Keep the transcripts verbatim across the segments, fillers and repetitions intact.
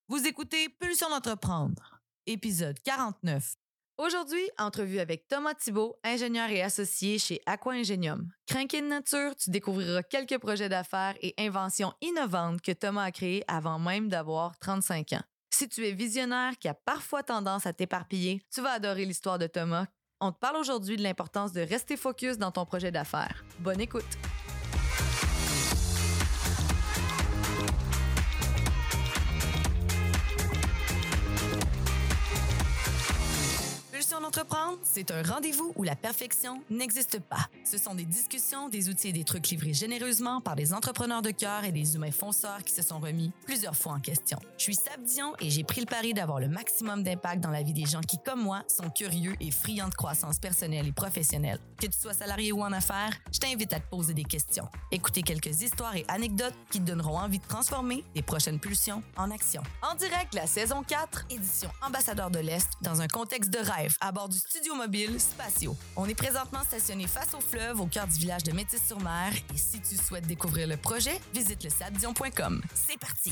Vous écoutez Pulsion d'entreprendre, épisode quarante-neuf. Aujourd'hui, entrevue avec Thomas Thibault, ingénieur et associé chez Aqua Ingenium. Crinqué de nature, tu découvriras quelques projets d'affaires et inventions innovantes que Thomas a créées avant même d'avoir trente-cinq ans. Si tu es visionnaire qui a parfois tendance à t'éparpiller, tu vas adorer l'histoire de Thomas. On te parle aujourd'hui de l'importance de rester focus dans ton projet d'affaires. Bonne écoute! Pulsion d'entreprendre, c'est un rendez-vous où la perfection n'existe pas. Ce sont des discussions, des outils et des trucs livrés généreusement par des entrepreneurs de cœur et des humains fonceurs qui se sont remis plusieurs fois en question. Je suis Sab Dion et j'ai pris le pari d'avoir le maximum d'impact dans la vie des gens qui, comme moi, sont curieux et friands de croissance personnelle et professionnelle. Que tu sois salarié ou en affaires, je t'invite à te poser des questions. Écouter quelques histoires et anecdotes qui te donneront envie de transformer tes prochaines pulsions en action. En direct, la saison quatre, édition Ambassadeur de l'Est, dans un contexte de rêve à bord du studio mobile Spatio. On est présentement stationné face au fleuve au cœur du village de Métis-sur-Mer et si tu souhaites découvrir le projet, visite le sabdion point com. C'est parti!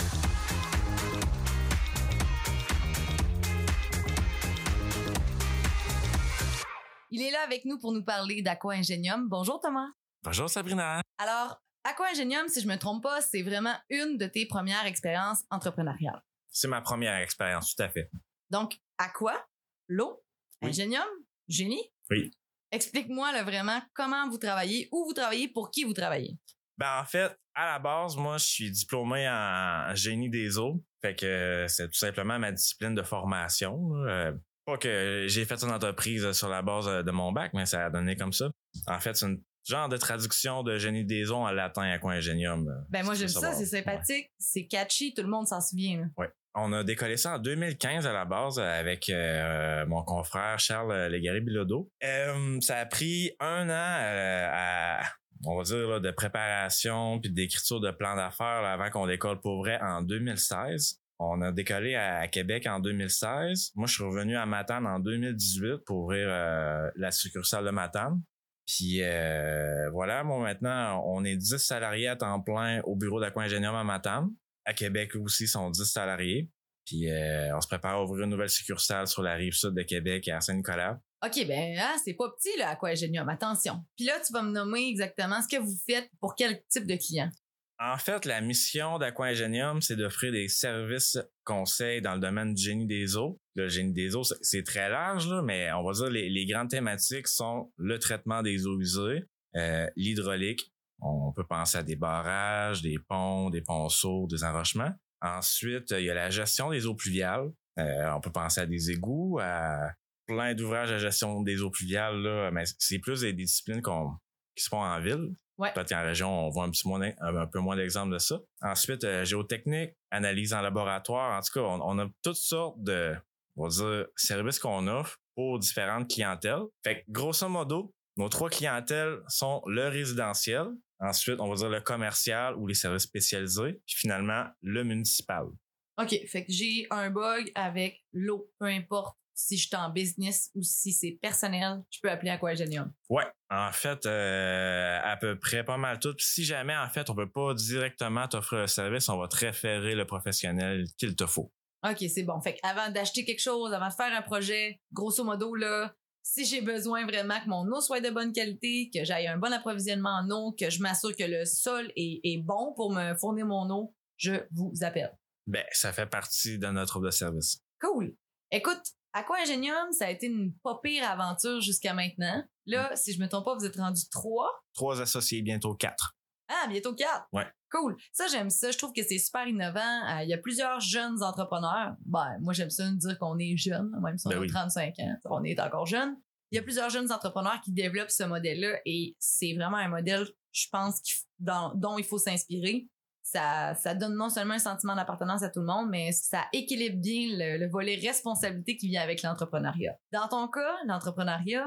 Il est là avec nous pour nous parler d'Aqua Ingenium. Bonjour Thomas. Bonjour Sabrina. Alors, Aqua Ingenium, si je me trompe pas, c'est vraiment une de tes premières expériences entrepreneuriales. C'est ma première expérience, tout à fait. Donc, Aqua, l'eau, Oui. Ingenium, génie. Oui. Explique-moi là, vraiment comment vous travaillez, où vous travaillez, pour qui vous travaillez. Ben en fait, à la base, moi, je suis diplômé en génie des eaux. Fait que euh, c'est tout simplement ma discipline de formation. Euh, pas que j'ai fait une entreprise sur la base de mon bac, mais ça a donné comme ça. En fait, c'est une genre de traduction de génie des eaux en latin à Aqua Ingenium. Ben moi, j'aime ça, savoir. c'est sympathique, ouais. C'est catchy, tout le monde s'en souvient. Là. Ouais. On a décollé ça en deux mille quinze à la base avec euh, mon confrère Charles Légaré-Bilodeau. Euh, ça a pris un an euh, à, on va dire, là, de préparation puis d'écriture de plan d'affaires là, avant qu'on décolle pour vrai en deux mille seize. On a décollé à Québec en deux mille seize. Moi, je suis revenu à Matane en deux mille dix-huit pour ouvrir euh, la succursale de Matane. Puis euh, voilà, moi maintenant, on est dix salariés à temps plein au bureau d'Aqua Ingenium à Matane. À Québec aussi, sont dix salariés. Puis euh, on se prépare à ouvrir une nouvelle succursale sur la rive sud de Québec à Saint-Nicolas. OK, ben hein, c'est pas petit là, Aqua Ingenium, attention. Puis là, tu vas me nommer exactement ce que vous faites pour quel type de client. En fait, la mission d'Aqua Ingenium, c'est d'offrir des services conseils dans le domaine du génie des eaux. Le génie des eaux, c'est très large, là, mais on va dire les, les grandes thématiques sont le traitement des eaux usées, euh, l'hydraulique. On peut penser à des barrages, des ponts, des ponceaux, des enrochements. Ensuite, il y a la gestion des eaux pluviales. Euh, on peut penser à des égouts, à plein d'ouvrages de gestion des eaux pluviales, là, mais c'est plus des disciplines qu'on, qui se font en ville. Ouais. Peut-être qu'en région, on voit un petit moins, un peu moins d'exemples de ça. Ensuite, euh, géotechnique, analyse en laboratoire. En tout cas, on, on a toutes sortes de, on va dire, services qu'on offre pour différentes clientèles. Fait que, grosso modo, nos trois clientèles sont le résidentiel, ensuite, on va dire le commercial ou les services spécialisés, puis finalement, le municipal. OK, fait que j'ai un bug avec l'eau, peu importe si je suis en business ou si c'est personnel, je peux appeler Aqua Ingenium. Ouais, en fait, euh, à peu près pas mal tout. Puis si jamais, en fait, on peut pas directement t'offrir le service, on va te référer le professionnel qu'il te faut. OK, c'est bon. Fait qu'avant d'acheter quelque chose, avant de faire un projet, grosso modo, là, si j'ai besoin vraiment que mon eau soit de bonne qualité, que j'aille un bon approvisionnement en eau, que je m'assure que le sol est, est bon pour me fournir mon eau, je vous appelle. Ben, ça fait partie de notre offre de service. Cool. Écoute, Aqua Ingenium, ça a été une pas pire aventure jusqu'à maintenant. Là, si je me trompe pas, vous êtes rendu trois. Trois associés, bientôt quatre. Ah, bientôt quatre. Ouais. Cool. Ça, j'aime ça. Je trouve que c'est super innovant. Euh, il y a plusieurs jeunes entrepreneurs. Ben, moi, j'aime ça dire qu'on est jeune, même si on ben a oui. trente-cinq ans. On est encore jeune. Il y a plusieurs jeunes entrepreneurs qui développent ce modèle-là et c'est vraiment un modèle, je pense, qu'il, dans, dont il faut s'inspirer. Ça, ça donne non seulement un sentiment d'appartenance à tout le monde, mais ça équilibre bien le, le volet responsabilité qui vient avec l'entrepreneuriat. Dans ton cas, l'entrepreneuriat,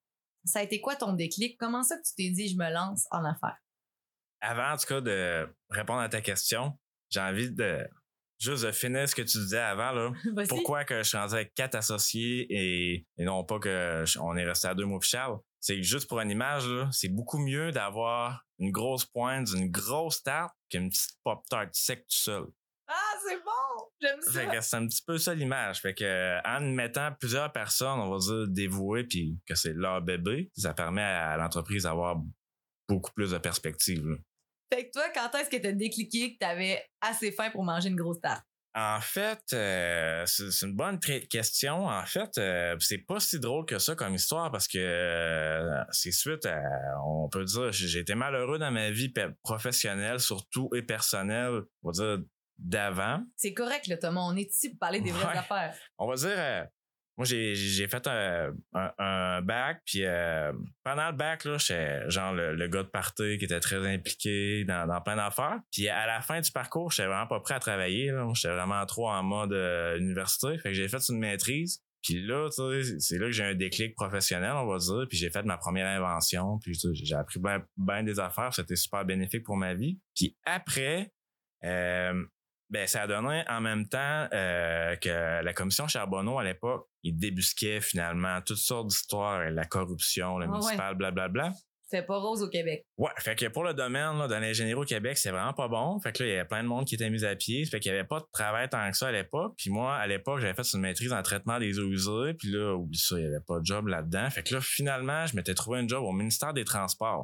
ça a été quoi ton déclic? Comment ça que tu t'es dit, je me lance en affaires? Avant, en tout cas, de répondre à ta question, j'ai envie de juste de finir ce que tu disais avant, là. Vas-y. Pourquoi que je suis rendu avec quatre associés et, et non pas que je, on est resté à deux mots Charles. C'est que juste pour une image, là, c'est beaucoup mieux d'avoir une grosse pointe, une grosse tarte qu'une petite pop-tart sec tout seul. Ah, c'est bon! J'aime ça! Fait que c'est un petit peu ça l'image. Fait que en mettant plusieurs personnes, on va dire, dévouées, puis que c'est leur bébé, ça permet à l'entreprise d'avoir beaucoup plus de perspectives. Là. Fait que toi, quand est-ce que t'as décliqué que t'avais assez faim pour manger une grosse tarte? En fait, euh, c'est, c'est une bonne pré- question. En fait, euh, c'est pas si drôle que ça comme histoire parce que euh, c'est suite à, on peut dire, j'ai été malheureux dans ma vie pe- professionnelle surtout et personnelle, on va dire, d'avant. C'est correct, là, Thomas. On est ici pour parler des vraies Ouais. affaires. On va dire, euh, moi, j'ai, j'ai fait un, un, un bac, puis euh, pendant le bac, là, j'étais genre le, le gars de party qui était très impliqué dans, dans plein d'affaires. Puis à la fin du parcours, j'étais vraiment pas prêt à travailler. Là. J'étais vraiment trop en mode euh, université. Fait que j'ai fait une maîtrise. Puis là, tu sais, c'est là que j'ai un déclic professionnel, on va dire. Puis j'ai fait ma première invention. Puis tu sais, j'ai appris bien ben des affaires. C'était super bénéfique pour ma vie. Puis après... Euh, Ben, ça a donné en même temps euh, que la commission Charbonneau, à l'époque, il débusquait finalement toutes sortes d'histoires, la corruption, le Ah municipal, ouais. blablabla. C'est pas rose au Québec. Ouais, fait que pour le domaine là, de l'ingénierie au Québec, c'est vraiment pas bon. Fait que là, il y avait plein de monde qui était mis à pied. Fait qu'il y avait pas de travail tant que ça à l'époque. Puis moi, à l'époque, j'avais fait une maîtrise en traitement des eaux usées. Puis là, oublie ça, il y avait pas de job là-dedans. Fait que là, finalement, je m'étais trouvé un job au ministère des Transports.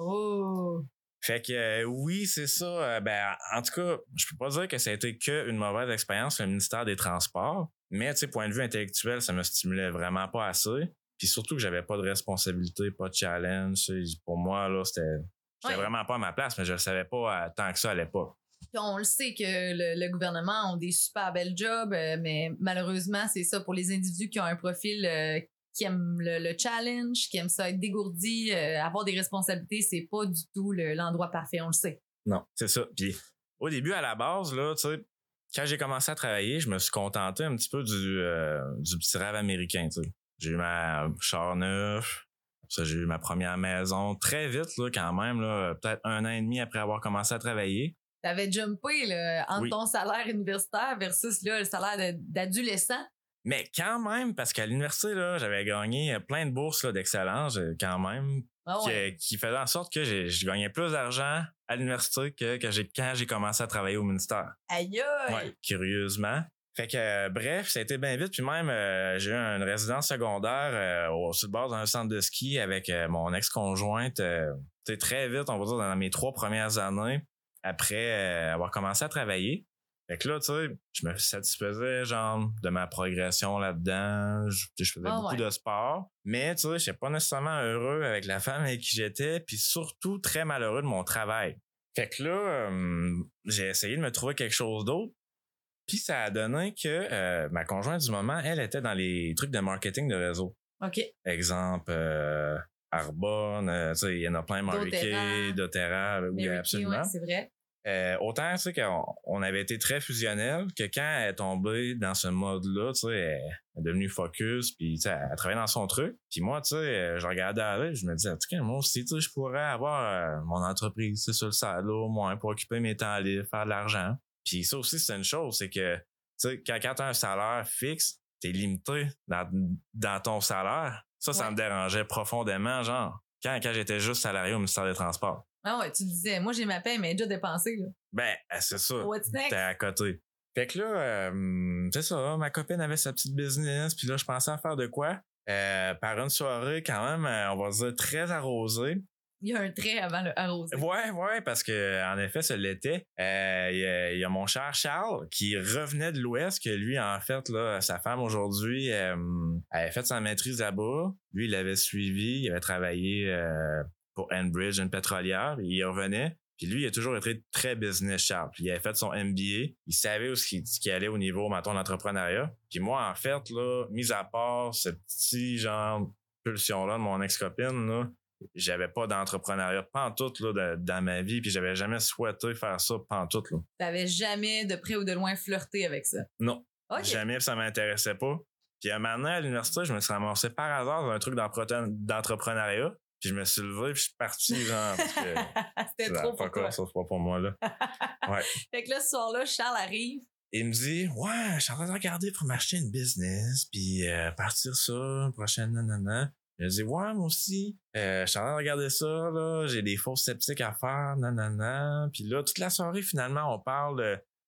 Oh! Fait que euh, oui, c'est ça. Euh, ben, en tout cas, je peux pas dire que ça a été qu'une mauvaise expérience, le ministère des Transports. Mais, tu sais, point de vue intellectuel, ça me stimulait vraiment pas assez. Puis surtout que j'avais pas de responsabilité, pas de challenge. Pour moi, là, c'était, j'étais Ouais. vraiment pas à ma place, mais je le savais pas euh, tant que ça à l'époque. Puis on le sait que le, le gouvernement a des super belles jobs, euh, mais malheureusement, c'est ça pour les individus qui ont un profil euh, qui aiment le, le challenge, qui aiment ça être dégourdi, euh, avoir des responsabilités, c'est pas du tout le, l'endroit parfait, on le sait. Non, c'est ça. Puis au début, à la base, là, tu sais, quand j'ai commencé à travailler, je me suis contenté un petit peu du, euh, du petit rêve américain, tu sais. J'ai eu ma char neuf, ça, j'ai eu ma première maison très vite, là, quand même, là, peut-être un an et demi après avoir commencé à travailler. T'avais jumpé là, entre Oui. ton salaire universitaire versus là, le salaire de, d'adolescent. Mais quand même, parce qu'à l'université, là, j'avais gagné plein de bourses là, d'excellence, euh, quand même, Ah ouais. qui, qui faisait en sorte que j'ai, je gagnais plus d'argent à l'université que, que j'ai, quand j'ai commencé à travailler au ministère. Aïe aïe! Ouais, curieusement. Fait que, euh, bref, ça a été bien vite. Puis même, euh, j'ai eu une résidence secondaire euh, au sur le bord d'un centre de ski avec euh, mon ex-conjointe. Euh, c'était très vite, on va dire, dans mes trois premières années, après euh, avoir commencé à travailler. Fait que là, tu sais, je me satisfaisais, genre, de ma progression là-dedans. Je, je faisais Ah beaucoup ouais. de sport. Mais, tu sais, j'étais pas nécessairement heureux avec la femme avec qui j'étais, puis surtout très malheureux de mon travail. Fait que là, euh, j'ai essayé de me trouver quelque chose d'autre. Puis ça a donné que euh, ma conjointe du moment, elle était dans les trucs de marketing de réseau. OK. Exemple, euh, Arbonne, euh, tu sais, il y en a plein, Marqué, doTERRA, oui, Mary Kay, absolument. ouais, c'est vrai. Euh, autant, tu sais, qu'on on avait été très fusionnels que quand elle est tombée dans ce mode-là, tu sais, elle est devenue focus, puis tu sais, elle travaillait dans son truc. Puis moi, tu sais, je regardais aller, je me disais, en tout cas, moi aussi, tu sais, je pourrais avoir euh, mon entreprise, tu sais, sur le salaud, au moins, pour occuper mes temps libres, faire de l'argent. Puis ça aussi, c'est une chose, c'est que, tu sais, quand, quand t'as un salaire fixe, t'es limité dans, dans ton salaire. Ça, ça Ouais. me dérangeait profondément, genre, quand, quand j'étais juste salarié au ministère des Transports. Ah ouais, tu disais, moi j'ai ma paie, mais elle est déjà dépensée, là. Ben, c'est ça. What's next? T'es à côté. Fait que là, euh, c'est ça, ma copine avait sa petite business, puis là, je pensais à faire de quoi? Euh, par une soirée, quand même, euh, on va dire très arrosée. Il y a un trait avant le arrosé. Ouais, ouais, parce que en effet, ça l'était. Euh, Il y, a, il y a mon cher Charles qui revenait de l'Ouest, que lui, en fait, là, sa femme aujourd'hui, euh, avait fait sa maîtrise là-bas. Lui, il l'avait suivi, il avait travaillé euh, pour Enbridge, une pétrolière, il revenait. Puis lui, il a toujours été très business Charles. Puis il avait fait son M B A. Il savait où ce qui, ce qui allait au niveau, mettons, de l'entrepreneuriat. Puis moi, en fait, là, mis à part ce petit genre pulsion-là de mon ex-copine, là, j'avais pas d'entrepreneuriat pantoute là, de, dans ma vie, puis j'avais jamais souhaité faire ça pantoute. Là. T'avais jamais de près ou de loin flirté avec ça. Non, OK. jamais, ça m'intéressait pas. Puis un moment à l'université, je me suis ramassé par hasard dans un truc d'entrepreneuriat, puis je me suis levé, puis je suis parti, genre, parce que C'était trop pour toi. ça, c'est pas pour moi, là. Ouais. Fait que là, ce soir-là, Charles arrive. Il me dit, ouais, je suis en train de regarder pour m'acheter une business, puis euh, partir ça, prochaine nanana. Je dis, ouais, moi aussi, euh, je suis en train de regarder ça, là, j'ai des fausses sceptiques à faire, nanana. Puis là, toute la soirée, finalement, on parle de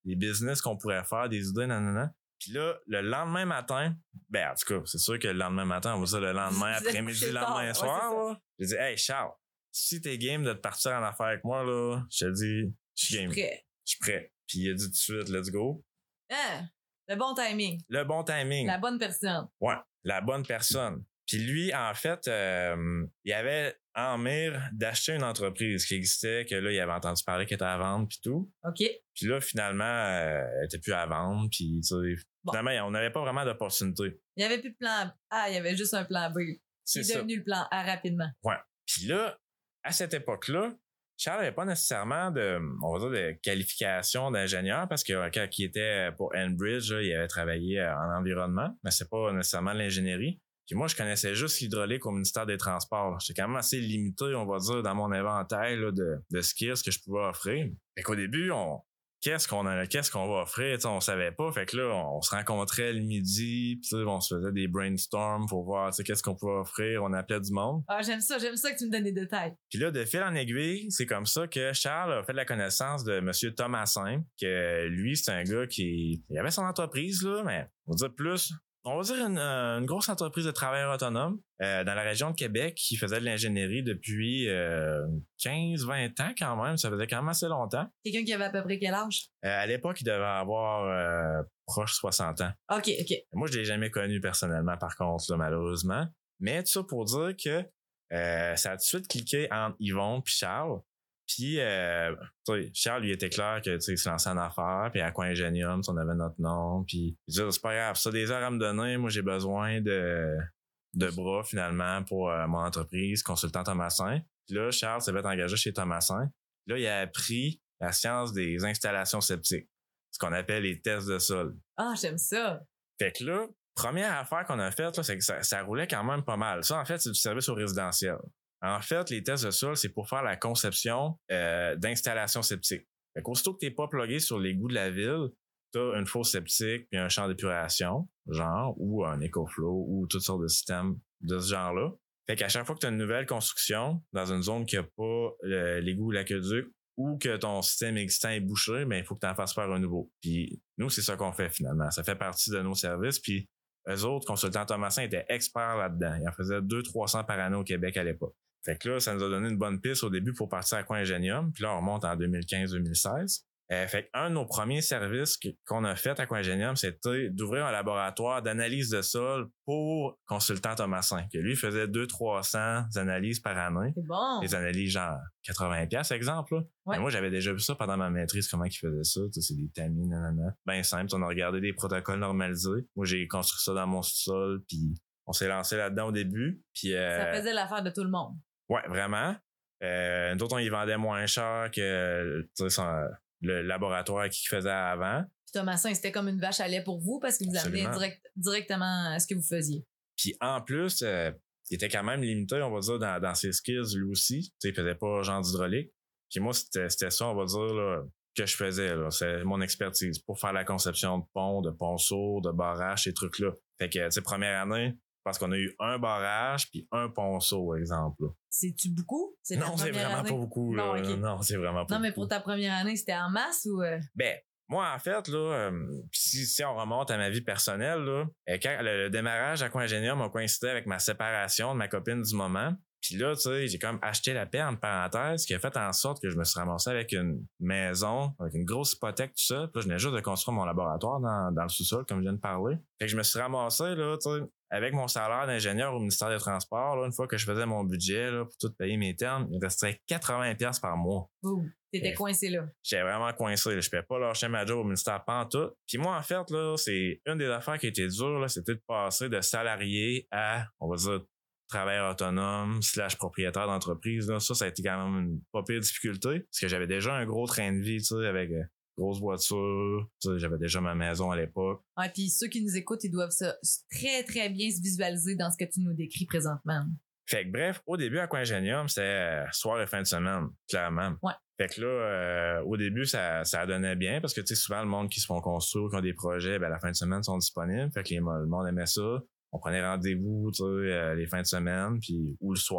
des business qu'on pourrait faire, des idées, nanana. Puis là, le lendemain matin, ben en tout cas, c'est sûr que le lendemain matin, on va dire le lendemain après-midi, le lendemain tard, soir, ouais, là, j'ai dit, hey Charles, si t'es game de te partir en affaires avec moi, là, je te dis, je suis game. Je suis prêt. Je suis prêt. Puis il a dit tout de suite, let's go. Ah, le bon timing. Le bon timing. La bonne personne. Ouais, la bonne personne. Puis lui, en fait, euh, il avait en mire d'acheter une entreprise qui existait, que là, il avait entendu parler qu'elle était à vendre, puis tout. OK. Puis là, finalement, euh, elle était plus à vendre, puis tu sais, bon. Finalement, on n'avait pas vraiment d'opportunité. Il n'y avait plus de plan A, il y avait juste un plan B. C'est il est devenu le plan A rapidement. Ouais. Puis là, à cette époque-là, Charles n'avait pas nécessairement de, on va dire, de qualification d'ingénieur parce que quand il était pour Enbridge, là, il avait travaillé en environnement, mais c'est pas nécessairement l'ingénierie. Puis moi, je connaissais juste l'hydraulique au ministère des Transports. J'étais quand même assez limité, on va dire, dans mon inventaire là, de, de skills que je pouvais offrir. Fait qu'au début, on qu'est-ce qu'on a, qu'est-ce qu'on va offrir, t'sais, on savait pas. Fait que là, on, on se rencontrait le midi, puis on se faisait des brainstorms pour voir qu'est-ce qu'on pouvait offrir. On appelait du monde. Ah, j'aime ça, j'aime ça que tu me donnes des détails. Puis là, de fil en aiguille, c'est comme ça que Charles a fait la connaissance de Monsieur Thomasin, que lui, c'est un gars qui il avait son entreprise, là, mais on va dire plus... On va dire une, une grosse entreprise de travailleurs autonomes euh, dans la région de Québec qui faisait de l'ingénierie depuis euh, quinze vingt ans quand même. Ça faisait quand même assez longtemps. Quelqu'un qui avait à peu près quel âge? Euh, à l'époque, il devait avoir euh, proche soixante ans. OK, OK. Moi, je l'ai jamais connu personnellement, par contre, là, malheureusement. Mais tout ça pour dire que euh, ça a tout de suite cliqué entre Yvon puis Charles. Puis, euh, Charles, lui, était clair que, tu sais, il se lançait en affaires, puis à Coin Ingénium, on avait notre nom, puis il disait, c'est pas grave, ça, des heures à me donner, moi, j'ai besoin de, de bras, finalement, pour euh, mon entreprise, consultant Thomasin. Puis là, Charles s'est fait engager chez Thomasin. Là, il a appris la science des installations septiques, ce qu'on appelle les tests de sol. Ah, j'aime ça! Fait que là, première affaire qu'on a faite, là, c'est que ça, ça roulait quand même pas mal. Ça, en fait, c'est du service au résidentiel. En fait, les tests de sol, c'est pour faire la conception euh, d'installations septiques. Fait qu'aussitôt que t'es pas plugué sur l'égout de la ville, t'as une fosse septique puis un champ d'épuration, genre, ou un EcoFlow, ou toutes sortes de systèmes de ce genre-là. Fait qu'à chaque fois que t'as une nouvelle construction dans une zone qui a pas le, l'égout ou l'aqueduc, ou que ton système existant est bouché, ben il faut que t'en fasses faire un nouveau. Puis nous, c'est ça qu'on fait finalement. Ça fait partie de nos services, puis eux autres, consultants Thomasin, étaient experts là-dedans. Ils en faisaient deux cents à trois cents par année au Québec à l'époque. Fait que là, ça nous a donné une bonne piste au début pour partir à Coin Ingénium. Puis là, on remonte en deux mille quinze deux mille seize. Euh, fait qu'un de nos premiers services qu'on a fait à Coin Ingénium, c'était d'ouvrir un laboratoire d'analyse de sol pour consultant Thomasin, que lui faisait deux cents à trois cents analyses par année. C'est bon. Des analyses genre quatre-vingts piastres, exemple. Là. Ouais. Mais moi, j'avais déjà vu ça pendant ma maîtrise, comment ils faisaient ça. C'est des tamis, nanana. Ben simple, on a regardé des protocoles normalisés. Moi, j'ai construit ça dans mon sous-sol, puis on s'est lancé là-dedans au début. Puis euh, ça faisait l'affaire de tout le monde. Ouais, vraiment. Euh, nous autres, on y vendait moins cher que son, le laboratoire à qui il faisait avant. Puis Thomasin, c'était comme une vache à lait pour vous parce qu'il vous amenait direct, directement à ce que vous faisiez. Puis en plus, euh, il était quand même limité, on va dire, dans, dans ses skills lui aussi. Tu sais, il faisait pas genre d'hydraulique. Puis moi, c'était, c'était ça, on va dire, là, que je faisais. Là. C'est mon expertise pour faire la conception de ponts, de ponceaux, de barrages, ces trucs-là. Fait que, tu sais, première année, parce qu'on a eu un barrage puis un ponceau, exemple. Là. C'est-tu beaucoup? C'est non, c'est vraiment année? Pas beaucoup. Là. Non, okay. non, c'est vraiment pas Non, mais beaucoup. pour ta première année, c'était en masse ou... Euh... Ben, moi, en fait, là, euh, si, si on remonte à ma vie personnelle, là, quand le, le démarrage à Coin Ingénium a coïncidé avec ma séparation de ma copine du moment. Puis là, tu sais, j'ai comme acheté la paix, entre parenthèses, qui a fait en sorte que je me suis ramassé avec une maison, avec une grosse hypothèque, tout ça. Puis là, je venais juste de construire mon laboratoire dans, dans le sous-sol, comme je viens de parler. Fait que je me suis ramassé, là, tu sais, avec mon salaire d'ingénieur au ministère des Transports, là, une fois que je faisais mon budget, là, pour tout payer mes termes, il me restait quatre-vingts piastres par mois. Ouh, t'étais Et coincé là. J'étais vraiment coincé, là. Je pouvais pas lâcher ma job au ministère pantoute. Puis moi, en fait, là, c'est une des affaires qui était dure, là, c'était de passer de salarié à, on va dire, travailleur autonome slash propriétaire d'entreprise. Là. Ça, ça a été quand même une pas pire difficulté. Parce que j'avais déjà un gros train de vie, tu sais, avec euh, grosse voiture. Tu sais, j'avais déjà ma maison à l'époque. Ouais, puis ceux qui nous écoutent, ils doivent ça très, très bien se visualiser dans ce que tu nous décris présentement. Fait que bref, au début, à Coin Ingénium, c'était euh, soir et fin de semaine, clairement. Ouais. Fait que là, euh, au début, ça, ça donnait bien parce que, tu sais, souvent, le monde qui se font construire, qui ont des projets, ben, à la fin de semaine, sont disponibles. Fait que les, le monde aimait ça. On prenait rendez-vous, tu sais, euh, les fins de semaine, puis ou le soir.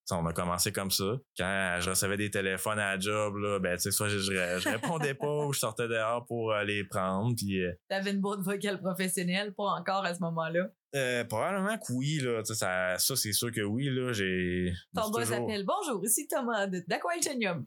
T'sais, on a commencé comme ça. Quand je recevais des téléphones à la job, là, ben, tu sais, soit je, je, je répondais pas ou je sortais dehors pour euh, les prendre. Puis, euh, T'avais une boîte vocale professionnelle, pas encore à ce moment-là. Euh, probablement que oui, là. Ça, ça c'est sûr que oui, là. J'ai. Ton boss toujours... s'appelle Bonjour, ici Thomas d'Aquagenium.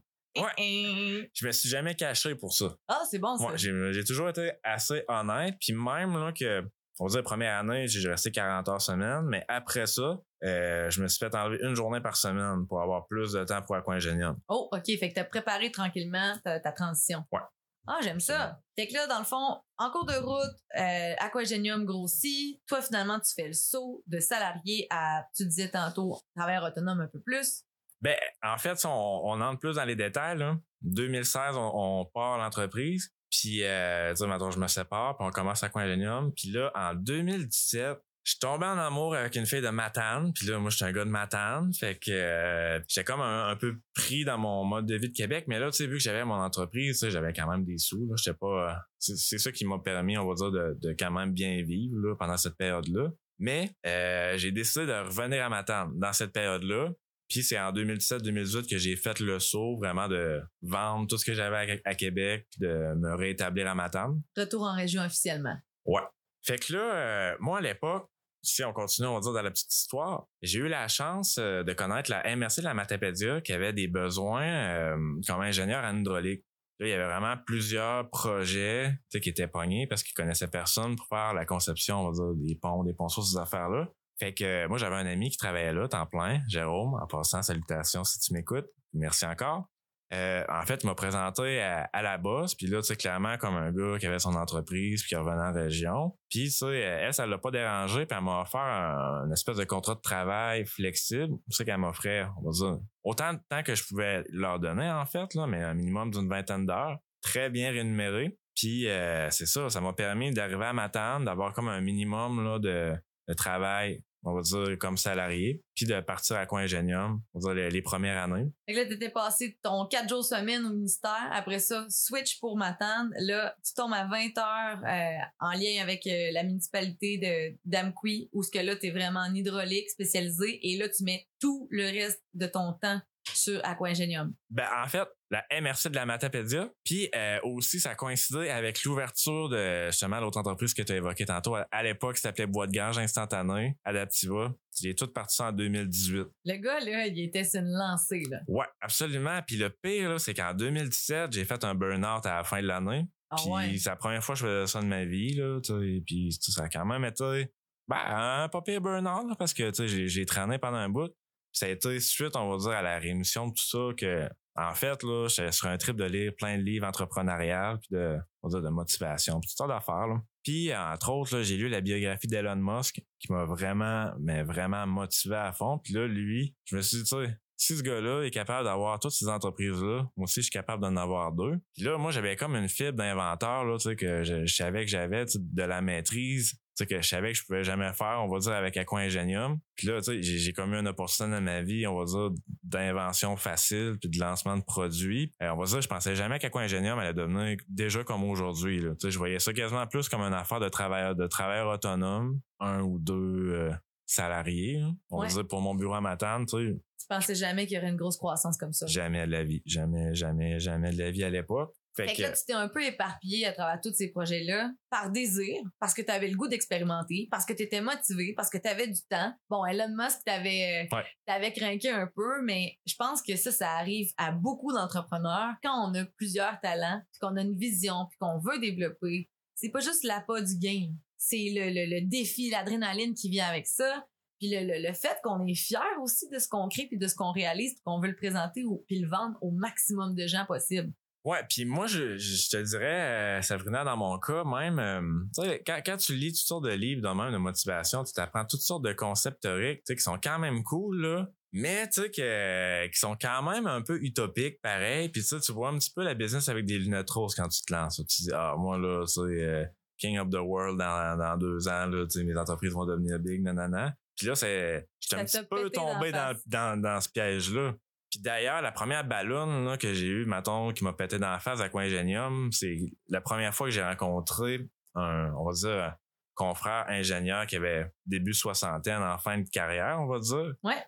Ouais. Je me suis jamais caché pour ça. Ah, c'est bon, ça. Ouais, j'ai, j'ai toujours été assez honnête. Puis même, là, que, on va dire, première année, j'ai resté quarante heures semaine. Mais après ça, euh, je me suis fait enlever une journée par semaine pour avoir plus de temps pour Aquagenium. Oh, OK. Fait que t'as préparé tranquillement ta, ta transition. Ouais. Ah, j'aime ça. Fait que là, dans le fond, en cours de route, euh, Aquagenium grossit. Toi, finalement, tu fais le saut de salarié à, tu disais tantôt, travailleur autonome un peu plus. Ben, en fait, si on, on entre plus dans les détails, là, deux mille seize, on, on part l'entreprise. Puis, euh, tu sais, maintenant, je me sépare, puis on commence Aquagenium. Puis là, en deux mille dix-sept, je suis tombé en amour avec une fille de Matane. Puis là, moi, je suis un gars de Matane. Fait que euh, j'étais comme un, un peu pris dans mon mode de vie de Québec. Mais là, tu sais, vu que j'avais mon entreprise, tu sais, j'avais quand même des sous. Là, j'étais pas. Euh, c'est, c'est ça qui m'a permis, on va dire, de, de quand même bien vivre là, pendant cette période-là. Mais euh, j'ai décidé de revenir à Matane dans cette période-là. Puis c'est en deux mille dix-sept deux mille dix-huit que j'ai fait le saut vraiment de vendre tout ce que j'avais à, à Québec, puis de me rétablir à Matane. Retour en région officiellement. Ouais. Fait que là, euh, moi à l'époque, si on continue, on va dire dans la petite histoire, j'ai eu la chance euh, de connaître la M R C de la Matapédia qui avait des besoins euh, comme ingénieur en hydraulique. Là, il y avait vraiment plusieurs projets qui étaient pognés parce qu'ils connaissaient personne pour faire la conception, on va dire, des ponts, des ponceaux, ces affaires-là. Fait que euh, moi, j'avais un ami qui travaillait là, temps plein, Jérôme. En passant, salutations si tu m'écoutes. Merci encore. Euh, en fait, il m'a présenté à, à la bosse. Puis là, tu sais, clairement, comme un gars qui avait son entreprise puis qui revenait en région. Puis, tu sais, elle, ça l'a pas dérangé. Puis elle m'a offert un, une espèce de contrat de travail flexible. C'est ça qu'elle m'offrait, on va dire, autant de temps que je pouvais leur donner, en fait, là, mais un minimum d'une vingtaine d'heures. Très bien rémunéré. Puis, euh, c'est ça, ça m'a permis d'arriver à Matane, d'avoir comme un minimum là, de... de travail, on va dire, comme salarié, puis de partir à Aquagenium, on va dire, les, les premières années. Fait que là, t'étais passé ton quatre jours semaine au ministère. Après ça, switch pour Matane. Là, tu tombes à vingt heures euh, en lien avec euh, la municipalité de d'Amqui, où ce que là, t'es vraiment en hydraulique spécialisé. Et là, tu mets tout le reste de ton temps sur Aquagenium. Ben, en fait, la M R C de la Matapédia, puis euh, aussi, ça a coïncidé avec l'ouverture de, justement, l'autre entreprise que tu as évoquée tantôt. À, à l'époque, ça s'appelait Bois de Gange Instantané, Adaptiva. Il est tout parti en deux mille dix-huit. Le gars, là, il était sur une lancée, là. Ouais, absolument. Puis le pire, là, c'est qu'en deux mille dix-sept, j'ai fait un burn-out à la fin de l'année. Ah puis ouais. c'est la première fois que je faisais ça de ma vie, là, tu sais. Puis ça a quand même été, ben, un pas pire burn-out, là, parce que, tu sais, j'ai, j'ai traîné pendant un bout. Ça a été suite, on va dire, à la rémission de tout ça que, en fait, là, j'étais sur un trip de lire plein de livres entrepreneuriales puis de, on va dire, de motivation puis toutes sortes d'affaires, là. Puis, entre autres, là, j'ai lu la biographie d'Elon Musk qui m'a vraiment, mais vraiment motivé à fond. Puis là, lui, je me suis dit, tu sais, si ce gars-là est capable d'avoir toutes ces entreprises-là, moi aussi, je suis capable d'en avoir deux. Puis là, moi, j'avais comme une fibre d'inventeur, là, tu sais, que je, je savais que j'avais, tu sais, de la maîtrise, tu sais, que je savais que je pouvais jamais faire, on va dire, avec Aquagenium. Puis là, tu sais, j'ai, j'ai comme eu une opportunité dans ma vie, on va dire, d'invention facile puis de lancement de produits. Et on va dire, je pensais jamais qu'Aquagenium allait devenir déjà comme aujourd'hui, là. Tu sais, je voyais ça quasiment plus comme une affaire de travailleur, de travailleur autonome, un ou deux euh, salariés, hein. On Ouais. va dire, pour mon bureau à Matane, tu sais. Tu pensais jamais qu'il y aurait une grosse croissance comme ça. Jamais de la vie. Jamais, jamais, jamais de la vie à l'époque. Fait, Fait que que, là, tu t'es un peu éparpillé à travers tous ces projets-là par désir, parce que tu avais le goût d'expérimenter, parce que tu étais motivé, parce que tu avais du temps. Bon, Elon Musk t'avait, euh, Ouais. t'avait craqué un peu, mais je pense que ça, ça arrive à beaucoup d'entrepreneurs quand on a plusieurs talents, puis qu'on a une vision, puis qu'on veut développer. C'est pas juste l'appât du gain. C'est le, le, le défi, l'adrénaline qui vient avec ça. Puis le, le, le fait qu'on est fier aussi de ce qu'on crée puis de ce qu'on réalise puis qu'on veut le présenter ou, puis le vendre au maximum de gens possible. Ouais, puis moi, je, je te dirais, euh, Sabrina, dans mon cas, même, euh, tu sais, quand, quand tu lis toutes sortes de livres de même de motivation, tu t'apprends toutes sortes de concepts théoriques, tu sais, qui sont quand même cool, là, mais tu sais, que, qui sont quand même un peu utopiques, pareil. Puis tu sais, tu vois un petit peu la business avec des lunettes roses quand tu te lances. Tu dis, ah, moi, là, c'est euh, King of the World dans, dans deux ans, là, tu sais, mes entreprises vont devenir big, nanana. Puis là, c'est, j'étais un petit peu tombé dans, dans, dans ce piège-là. Puis d'ailleurs, la première ballonne là, que j'ai eue, mettons, qui m'a pété dans la face à Aquagenium, c'est la première fois que j'ai rencontré un, on va dire, un confrère ingénieur qui avait début soixantaine, en fin de carrière, on va dire. Ouais.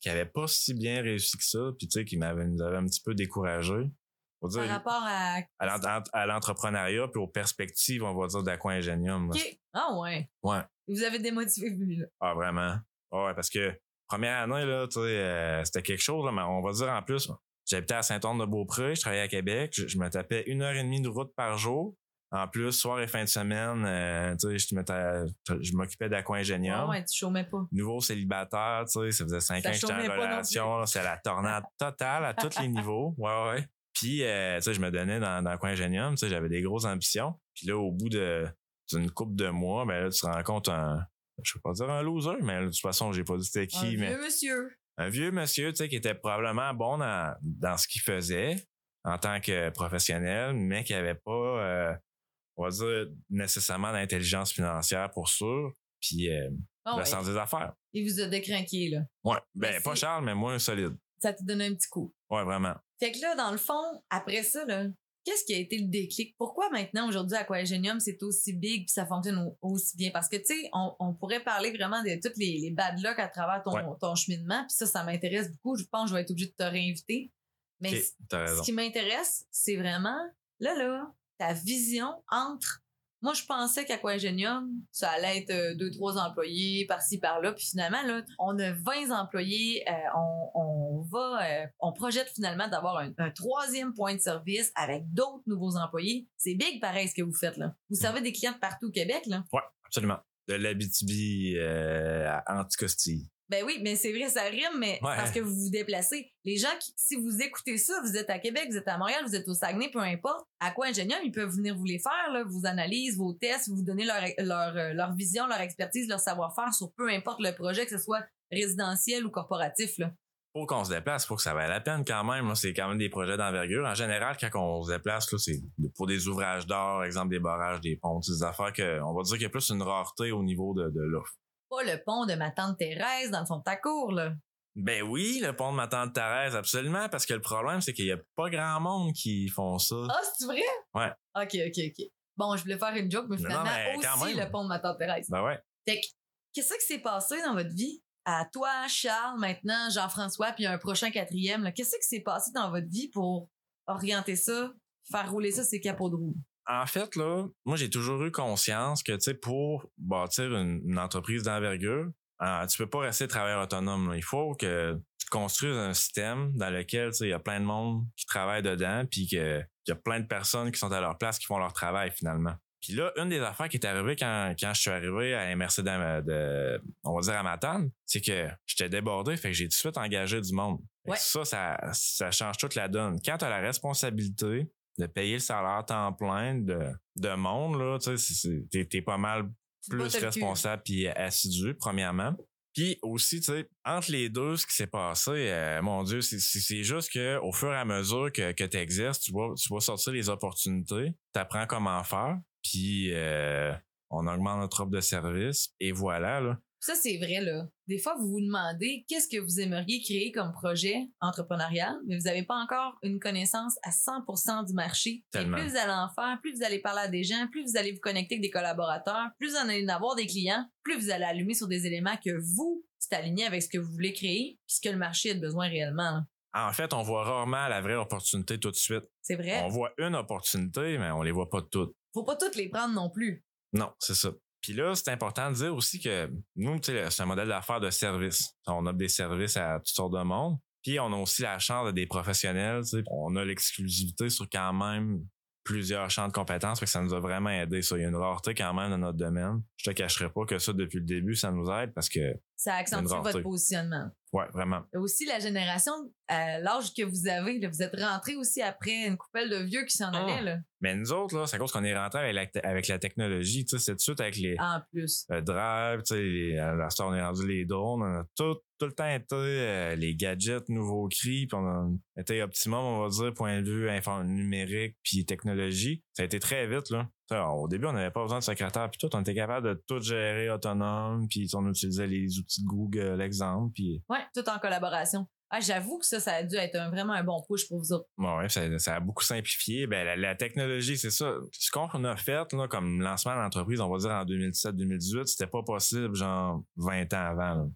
qui n'avaient pas si bien réussi que ça, puis tu sais, qui m'avaient, nous avaient un petit peu découragés. Faut dire, Par rapport à... à, l'ent- à l'entrepreneuriat, puis aux perspectives, on va dire, d'Aqua Ingenium. là. OK. Ah ouais. Ouais. Vous avez démotivé, lui, là. Ah, vraiment. Ah ouais, parce que première année, là, tu sais, euh, c'était quelque chose, là, mais on va dire en plus, j'habitais à Saint-Anne-de-Beaupré, je travaillais à Québec, je, je me tapais une heure et demie de route par jour. En plus, soir et fin de semaine, euh, tu sais, je, te mettais- je m'occupais d'Aqua Ingenium. Ouais, ouais, tu chômais pas. Nouveau célibataire, tu sais, ça faisait cinq Ça ans que j'étais en chômait pas non relation, là, c'est la tornade totale à tous les niveaux. Ouais, ouais. Puis, euh, tu sais, je me donnais dans, dans Aqua Ingenium, tu sais, j'avais des grosses ambitions. Puis là, au bout de d'une couple de mois, ben là, tu te rends compte un, je veux pas dire un loser, mais là, de toute façon, j'ai pas dit c'était qui, Un mais vieux monsieur. un vieux monsieur, tu sais, qui était probablement bon dans, dans ce qu'il faisait en tant que professionnel, mais qui avait pas, euh, on va dire, nécessairement d'intelligence financière pour sûr, puis euh, Ah le ouais. sens des affaires. Il vous a décrinqué, là. Ouais, ben Merci. pas Charles, mais moins solide. Ça te donne un petit coup. Ouais, vraiment. Fait que là, dans le fond, après ça, là, qu'est-ce qui a été le déclic? Pourquoi maintenant, aujourd'hui, Aqua Ingenium, c'est aussi big puis ça fonctionne au- aussi bien? Parce que, tu sais, on, on pourrait parler vraiment de tous les, les bad luck à travers ton, Ouais. ton cheminement. Puis ça, ça m'intéresse beaucoup. Je pense que je vais être obligée de te réinviter. Mais Ok, c- t'as ce raison. qui m'intéresse, c'est vraiment, là, là, ta vision entre... Moi, je pensais qu'Aqua Ingenium, ça allait être euh, deux, trois employés par-ci, par-là. Puis finalement, là, on a vingt employés. Euh, on, on va, euh, on projette finalement d'avoir un, un troisième point de service avec d'autres nouveaux employés. C'est big, pareil, ce que vous faites, là. Vous servez des clients de partout au Québec, là. Ouais, absolument. De l'Abitibi euh, à Anticosti. Ben oui, mais c'est vrai, ça rime, mais Ouais. parce que vous vous déplacez. Les gens qui, si vous écoutez ça, vous êtes à Québec, vous êtes à Montréal, vous êtes au Saguenay, peu importe, Aqua Ingenium, ils peuvent venir vous les faire, là, vos analyses, vos tests, vous donner leur, leur, euh, leur vision, leur expertise, leur savoir-faire sur peu importe le projet, que ce soit résidentiel ou corporatif, là. Faut qu'on se déplace, faut que ça vaille la peine quand même. Là, c'est quand même des projets d'envergure. En général, quand on se déplace, là, c'est pour des ouvrages d'art, exemple des barrages, des ponts, des affaires que, on va dire qu'il y a plus une rareté au niveau de, de l'offre. Pas le pont de ma tante Thérèse dans le fond de ta cour, là. Ben oui, le pont de ma tante Thérèse, absolument, parce que le problème, c'est qu'il y a pas grand monde qui font ça. Ah, c'est vrai? Ouais. OK, OK, OK. Bon, je voulais faire une joke, mais Non, finalement, mais quand aussi même. le pont de ma tante Thérèse. Ben ouais. Fait que, qu'est-ce qui s'est passé dans votre vie? À toi, Charles, maintenant, Jean-François, puis un prochain quatrième. là. Qu'est-ce qui s'est passé dans votre vie pour orienter ça, faire rouler ça, ces capots de roue? En fait, là, moi, j'ai toujours eu conscience que, tu sais, pour bâtir une, une entreprise d'envergure, euh, tu peux pas rester travailleur autonome. Là. Il faut que tu construises un système dans lequel, tu sais, il y a plein de monde qui travaille dedans, puis que qu'il y a plein de personnes qui sont à leur place, qui font leur travail, finalement. Puis là, une des affaires qui est arrivée quand, quand je suis arrivé à M R C de, de on va dire à Matane, c'est que j'étais débordé, fait que j'ai tout de suite engagé du monde. Fait que Ouais. Ça, ça, ça change toute la donne. Quand tu as la responsabilité de payer le salaire temps plein de, de monde, là, tu sais, c'est- c'est- t'es, t'es pas mal Tu te plus bottes le cul. responsable puis assidu, premièrement. Puis aussi, tu sais, entre les deux, ce qui s'est passé, euh, mon Dieu, c'est, c'est, c'est juste que au fur et à mesure que, que tu existes, tu vas, tu vas sortir les opportunités, tu apprends comment faire, puis euh, on augmente notre offre de service, et voilà, là. Ça, c'est vrai, là. Des fois, vous vous demandez qu'est-ce que vous aimeriez créer comme projet entrepreneurial, mais vous n'avez pas encore une connaissance à cent pour cent du marché. Et Tellement. plus vous allez en faire, plus vous allez parler à des gens, plus vous allez vous connecter avec des collaborateurs, plus vous en allez en avoir des clients, plus vous allez allumer sur des éléments que vous, c'est aligné avec ce que vous voulez créer, puis ce que le marché a de besoin réellement. là. En fait, on voit rarement la vraie opportunité tout de suite. C'est vrai. On voit une opportunité, mais on les voit pas toutes. Faut pas toutes les prendre non plus. Non, c'est ça. Puis là, c'est important de dire aussi que nous, tu sais, c'est un modèle d'affaires de service. On offre des services à toutes sortes de monde. Puis on a aussi la chance d'être des professionnels. Tu sais. On a l'exclusivité sur quand même plusieurs champs de compétences. Fait que ça nous a vraiment aidé. Ça. Il y a une rareté quand même dans notre domaine. Je te cacherai pas que ça, depuis le début, ça nous aide parce que, Ça accentue Une rareté. votre positionnement. ouais, vraiment. Et aussi, la génération, à l'âge que vous avez, là, vous êtes rentré aussi après une coupelle de vieux qui s'en Ah. allaient, là. Mais nous autres, là, c'est à cause qu'on est rentré avec la, avec la technologie. Tu sais, c'est tout de suite avec les En plus. le drive, tu sais, les- à la star, on est rendu les drones. On a tout, tout le temps été euh, les gadgets, nouveaux cris, puis on a été optimum, on va dire, point de vue info- numérique puis technologie. Ça a été très vite, là. Tu sais, au début, on n'avait pas besoin de secrétaire puis tout. On était capable de tout gérer autonome, puis on utilisait les outils de Google, exemple, puis Ouais, tout en collaboration. Ah, j'avoue que ça, ça a dû être un- vraiment un bon push pour vous autres. ouais, ça, ça a beaucoup simplifié. Ben, la, la technologie, c'est ça. Ce qu'on a fait, là, comme lancement d'entreprise, on va dire en deux mille dix-sept deux mille dix-huit, c'était pas possible, genre, vingt ans avant, là.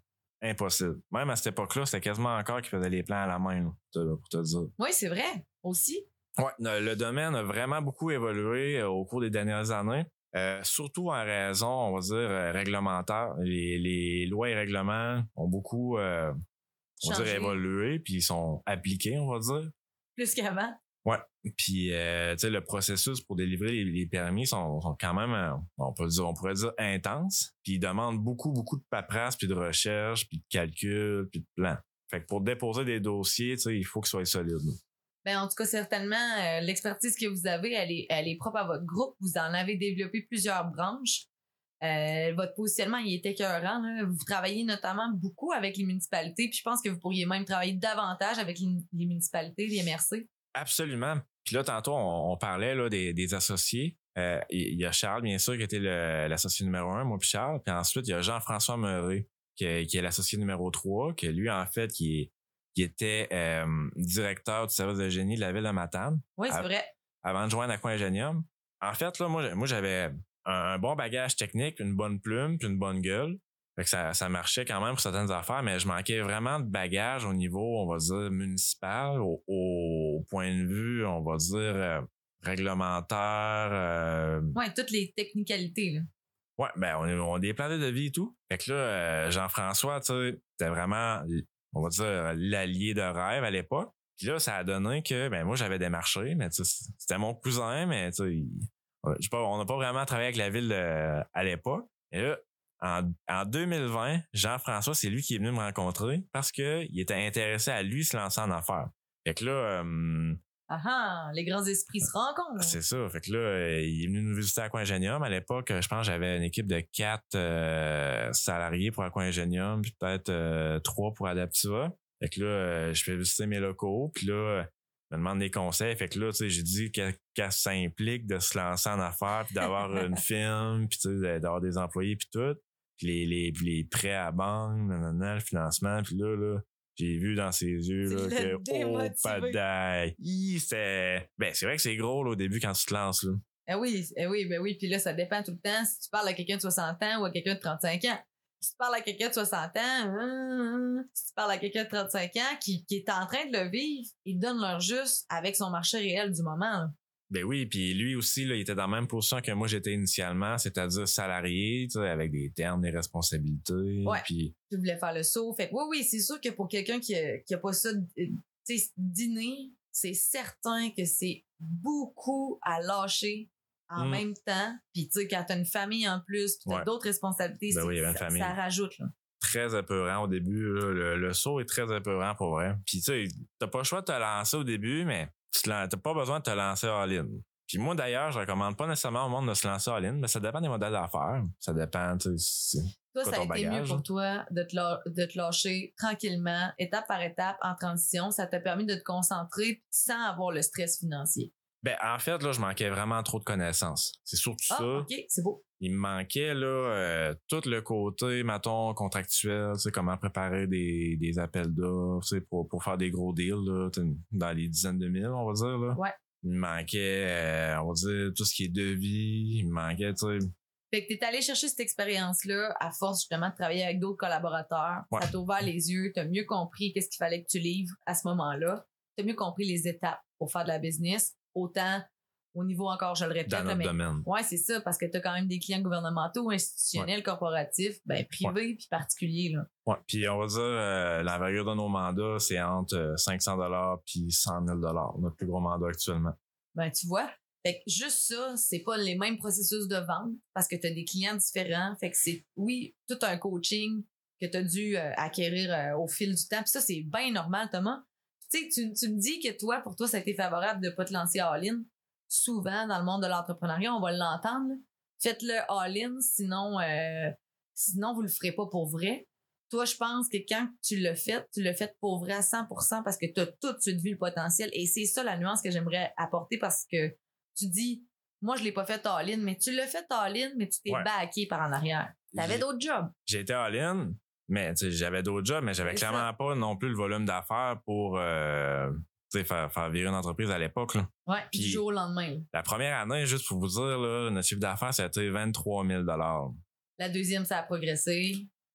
impossible. Même à cette époque-là, c'était quasiment encore qu'ils faisaient les plans à la main, là, pour te dire. Oui, c'est vrai, aussi. Ouais, le domaine a vraiment beaucoup évolué euh, au cours des dernières années, euh, surtout en raison, on va dire, euh, réglementaire. Les, les lois et règlements ont beaucoup, euh, on va dire, évolué, puis ils sont appliqués, on va dire. Plus qu'avant. Ouais. Puis, euh, tu sais, le processus pour délivrer les, les permis sont, sont quand même, euh, on peut dire, on pourrait dire intenses. Puis, ils demandent beaucoup, beaucoup de paperasse, puis de recherche, puis de calcul, puis de plan. Fait que pour déposer des dossiers, tu sais, il faut qu'ils soient solides. Ben, en tout cas, certainement, euh, l'expertise que vous avez, elle est, elle est propre à votre groupe. Vous en avez développé plusieurs branches. Euh, votre positionnement, il est écœurant, là. Vous travaillez notamment beaucoup avec les municipalités, puis je pense que vous pourriez même travailler davantage avec les, les municipalités, les M R C. Absolument. Puis là, tantôt, on, on parlait là, des, des associés. Euh, il y a Charles, bien sûr, qui était le, l'associé numéro un, moi puis Charles. Puis ensuite, il y a Jean-François Meuret, qui est, qui est l'associé numéro trois, que lui, en fait, qui est qui était euh, directeur du service de génie de la ville de Matane. Oui, c'est av- vrai. Avant de joindre Aqua-Ingénium. En fait, là, moi, moi j'avais un, un bon bagage technique, une bonne plume, puis une bonne gueule. Fait que ça, ça marchait quand même pour certaines affaires, mais je manquais vraiment de bagage au niveau, on va dire, municipal, au, au point de vue, on va dire, euh, réglementaire. Euh... Oui, toutes les technicalités, là. Ouais, ben, on, on a des plans de vie et tout. Fait que là, euh, Jean-François, tu sais, c'était vraiment, on va dire, l'allié de rêve à l'époque. Puis là, ça a donné que, ben, moi, j'avais démarché, mais tu sais, c'était mon cousin, mais tu sais, il- je sais pas, on n'a pas vraiment travaillé avec la ville euh, à l'époque. Et là, en, en deux mille vingt, Jean-François, c'est lui qui est venu me rencontrer parce que il était intéressé à lui se lancer en affaires. Fait que là, euh, Ah ah, les grands esprits se rencontrent. c'est ça. Fait que là, euh, il est venu nous visiter à Aqua-Ingénium. À l'époque, je pense que j'avais une équipe de quatre euh, salariés pour Aqua-Ingénium, puis peut-être euh, trois pour Adaptiva. Fait que là, euh, je fais visiter mes locaux, puis là, euh, je me demande des conseils. Fait que là, tu sais, j'ai dit qu'elle, qu'elle s'implique de se lancer en affaires, puis d'avoir une firme, puis tu sais, d'avoir des employés, puis tout. Puis les, les, les prêts à banque, nanana, le financement, puis là, là, j'ai vu dans ses yeux là, C'est que le oh démotivé. padaille. Hi, c'est ben c'est vrai que c'est gros là, au début quand tu te lances là. Eh oui, eh oui, ben oui. Puis là, ça dépend tout le temps si tu parles à quelqu'un de soixante ans ou à quelqu'un de trente-cinq ans. Si tu parles à quelqu'un de soixante ans, hum, si tu parles à quelqu'un de trente-cinq ans qui, qui est en train de le vivre, il donne leur juste avec son marché réel du moment, là. Ben oui, puis lui aussi là, il était dans la même position que moi j'étais initialement, c'est-à-dire salarié, tu sais, avec des termes, des responsabilités, Ouais. puis Tu voulais faire le saut. Fait que oui, oui, c'est sûr que pour quelqu'un qui a, qui a pas ça, euh, tu sais, dîner, c'est certain que c'est beaucoup à lâcher en Mm. même temps. Puis tu sais, quand t'as une famille en plus, puis t'as Ouais. d'autres responsabilités, Ben c'est- oui, il y avait une ça, famille. ça rajoute, là. très épeurant au début. Là. Le, le saut est très épeurant pour vrai. Puis tu sais, t'as pas le choix de te lancer au début, mais tu te lan- t'as pas besoin de te lancer all-in. Puis moi d'ailleurs, je recommande pas nécessairement au monde de se lancer all-in, mais ça dépend des modèles d'affaires. Ça dépend, tu sais. c'est- Toi, Quoi, ça a ton été mieux bagage, pour hein? toi de te, la- de te lâcher tranquillement, étape par étape, en transition. Ça t'a permis de te concentrer sans avoir le stress financier. Ben, en fait, là, je manquais vraiment trop de connaissances. C'est surtout Ah, ça. OK, c'est beau. Il me manquait, là, euh, tout le côté, mettons, contractuel, tu sais, comment préparer des, des appels d'offres, tu sais, pour, pour faire des gros deals, là, tu sais, dans les dizaines de mille, on va dire, là. Ouais. Il me manquait, euh, on va dire, tout ce qui est devis. Il me manquait, tu sais, Fait que t'es allé chercher cette expérience-là à force justement de travailler avec d'autres collaborateurs. Ouais. Ça t'a ouvert les yeux, t'as mieux compris qu'est-ce qu'il fallait que tu livres à ce moment-là. T'as mieux compris les étapes pour faire de la business. Autant au niveau encore, je le répète, dans là, notre mais domaine. ouais, c'est ça, parce que t'as quand même des clients gouvernementaux, institutionnels, corporatifs, ben privés puis particuliers, là. Ouais. Puis on va dire, euh, l'envergure de nos mandats, c'est entre euh, cinq cents dollars puis cent mille dollars, notre plus gros mandat actuellement. Ben, tu vois. Fait que juste ça, c'est pas les mêmes processus de vente parce que tu as des clients différents. Fait que c'est, oui, tout un coaching que tu as dû euh, acquérir euh, au fil du temps. Puis ça, c'est bien normal, Thomas. Tu sais, tu, tu me dis que toi, pour toi, ça a été favorable de pas te lancer all-in. Souvent, dans le monde de l'entrepreneuriat, on va l'entendre, là. Faites-le all-in, sinon, euh, sinon, vous le ferez pas pour vrai. Toi, je pense que quand tu l'as fait, tu l'as fait pour vrai à cent pour cent parce que tu as tout de suite vu le potentiel. Et c'est ça la nuance que j'aimerais apporter parce que tu dis, moi, je l'ai pas fait all-in, mais tu l'as fait all-in, mais tu t'es Ouais. backé par en arrière. T'avais J'ai- d'autres jobs. J'ai été all-in, mais tu sais, j'avais d'autres jobs, mais j'avais C'est clairement pas non plus le volume d'affaires pour euh, tu sais, faire, faire virer une entreprise à l'époque, là. Ouais, puis du Puis- jour au lendemain. là. La première année, juste pour vous dire, là, notre chiffre d'affaires, ça a été vingt-trois mille dollars. La deuxième, ça a progressé.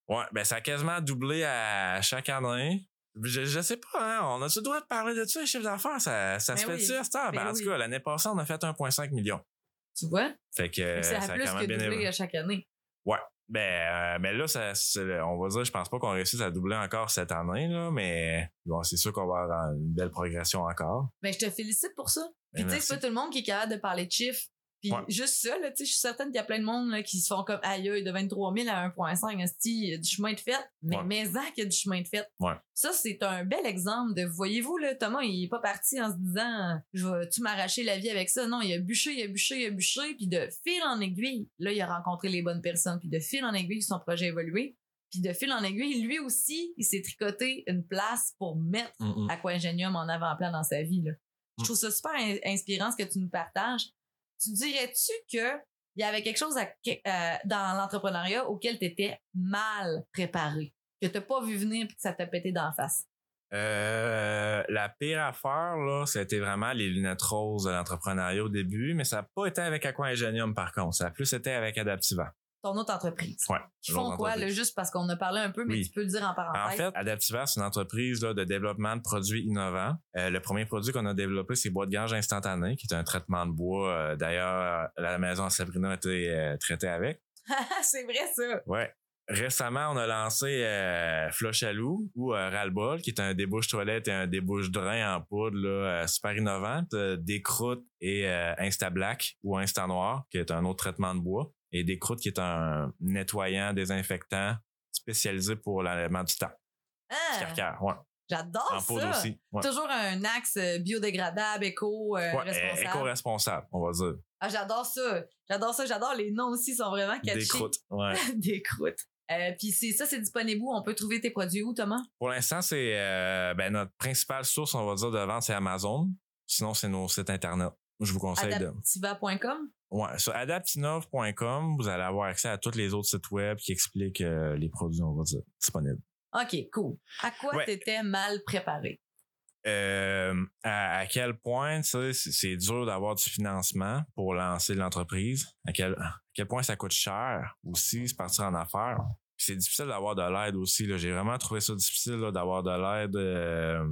Ouais, ben ça a quasiment doublé à chaque année. Je, je sais pas, hein, on a-tu le droit de parler de ça, les chiffres d'affaires? Ça, ça se Ben fait-tu oui. à cette heure? Ben, Ben en tout oui. cas, l'année passée, on a fait un virgule cinq million. Tu vois? Fait que Fait que euh, ça ça a a plus quand que même bien doublé évolué. à chaque année. Ouais. Ben, euh, mais là, ça, c'est- on va dire, je pense pas qu'on réussisse à doubler encore cette année, là, mais bon, c'est sûr qu'on va avoir une belle progression encore. Ben, je te félicite pour ça. Puis, Ben, tu sais, merci. c'est pas tout le monde qui est capable de parler de chiffres. Puis, Ouais. juste ça, là, tu sais, je suis certaine qu'il y a plein de monde là, qui se font comme aïe, aïe, de vingt-trois mille à un virgule cinq, esti, il y a du chemin de fait. Mais, Ouais. mais ça, qu'il y a du chemin de fait. Ouais. Ça, c'est un bel exemple de, voyez-vous, là, Thomas, il est pas parti en se disant, je vais-tu m'arracher la vie avec ça? Non, il a bûché, il a bûché, il a bûché, puis de fil en aiguille, là, il a rencontré les bonnes personnes, puis de fil en aiguille, son projet a évolué. Puis de fil en aiguille, lui aussi, il s'est tricoté une place pour mettre Mm-mm. Aquagenium en avant-plan dans sa vie, là. Je Mm. trouve ça super in- inspirant ce que tu nous partages. Tu dirais-tu que il y avait quelque chose à, euh, dans l'entrepreneuriat auquel tu étais mal préparé, que tu n'as pas vu venir et que ça t'a pété d'en face? Euh, la pire affaire, là, c'était vraiment les lunettes roses de l'entrepreneuriat au début, mais ça n'a pas été avec Aqua Ingenium, par contre. Ça a plus été avec Adaptiva. Ton autre entreprise. Ouais. Qui font l'autre quoi, entreprise. là, juste parce qu'on a parlé un peu, mais Oui. tu peux le dire en parenthèse. En fait, Adaptiva, c'est une entreprise là, de développement de produits innovants. Euh, le premier produit qu'on a développé, c'est bois de gange instantané, qui est un traitement de bois. Euh, d'ailleurs, la maison à Sabrina a été euh, traitée avec. c'est vrai, ça. Ouais. Récemment, on a lancé euh, Flush à loup ou euh, Ras-le-bol, qui est un débouche toilette et un débouche drain en poudre là, euh, super innovante. Euh, Décroute et euh, Insta Black ou Insta Noir, qui est un autre traitement de bois. Et Décroute, qui est un nettoyant, désinfectant spécialisé pour l'enlèvement du temps. Ah, Carcar, ouais. j'adore En poudre ça. aussi. Ouais. Toujours un axe euh, biodégradable, éco, euh, Ouais, responsable. éco-responsable, on va dire. Ah, j'adore ça. J'adore ça. J'adore les noms aussi, sont vraiment catchy. Décroute, ouais. Des croûtes. Euh, Puis c'est ça, c'est disponible où? On peut trouver tes produits où, Thomas? Pour l'instant, c'est euh, ben, notre principale source, on va dire, de vente, c'est Amazon. Sinon, c'est nos sites Internet. Je vous conseille de... Adaptiva point com? Ouais, sur adaptinov point com, vous allez avoir accès à tous les autres sites web qui expliquent euh, les produits, on va dire, disponibles. OK, cool. À quoi Ouais. t'étais mal préparé? Euh, à, à quel point, tu sais, c'est, c'est dur d'avoir du financement pour lancer l'entreprise. À quel, à quel point ça coûte cher aussi, se partir en affaires. C'est difficile d'avoir de l'aide aussi. Là. J'ai vraiment trouvé ça difficile là, d'avoir de l'aide. Euh,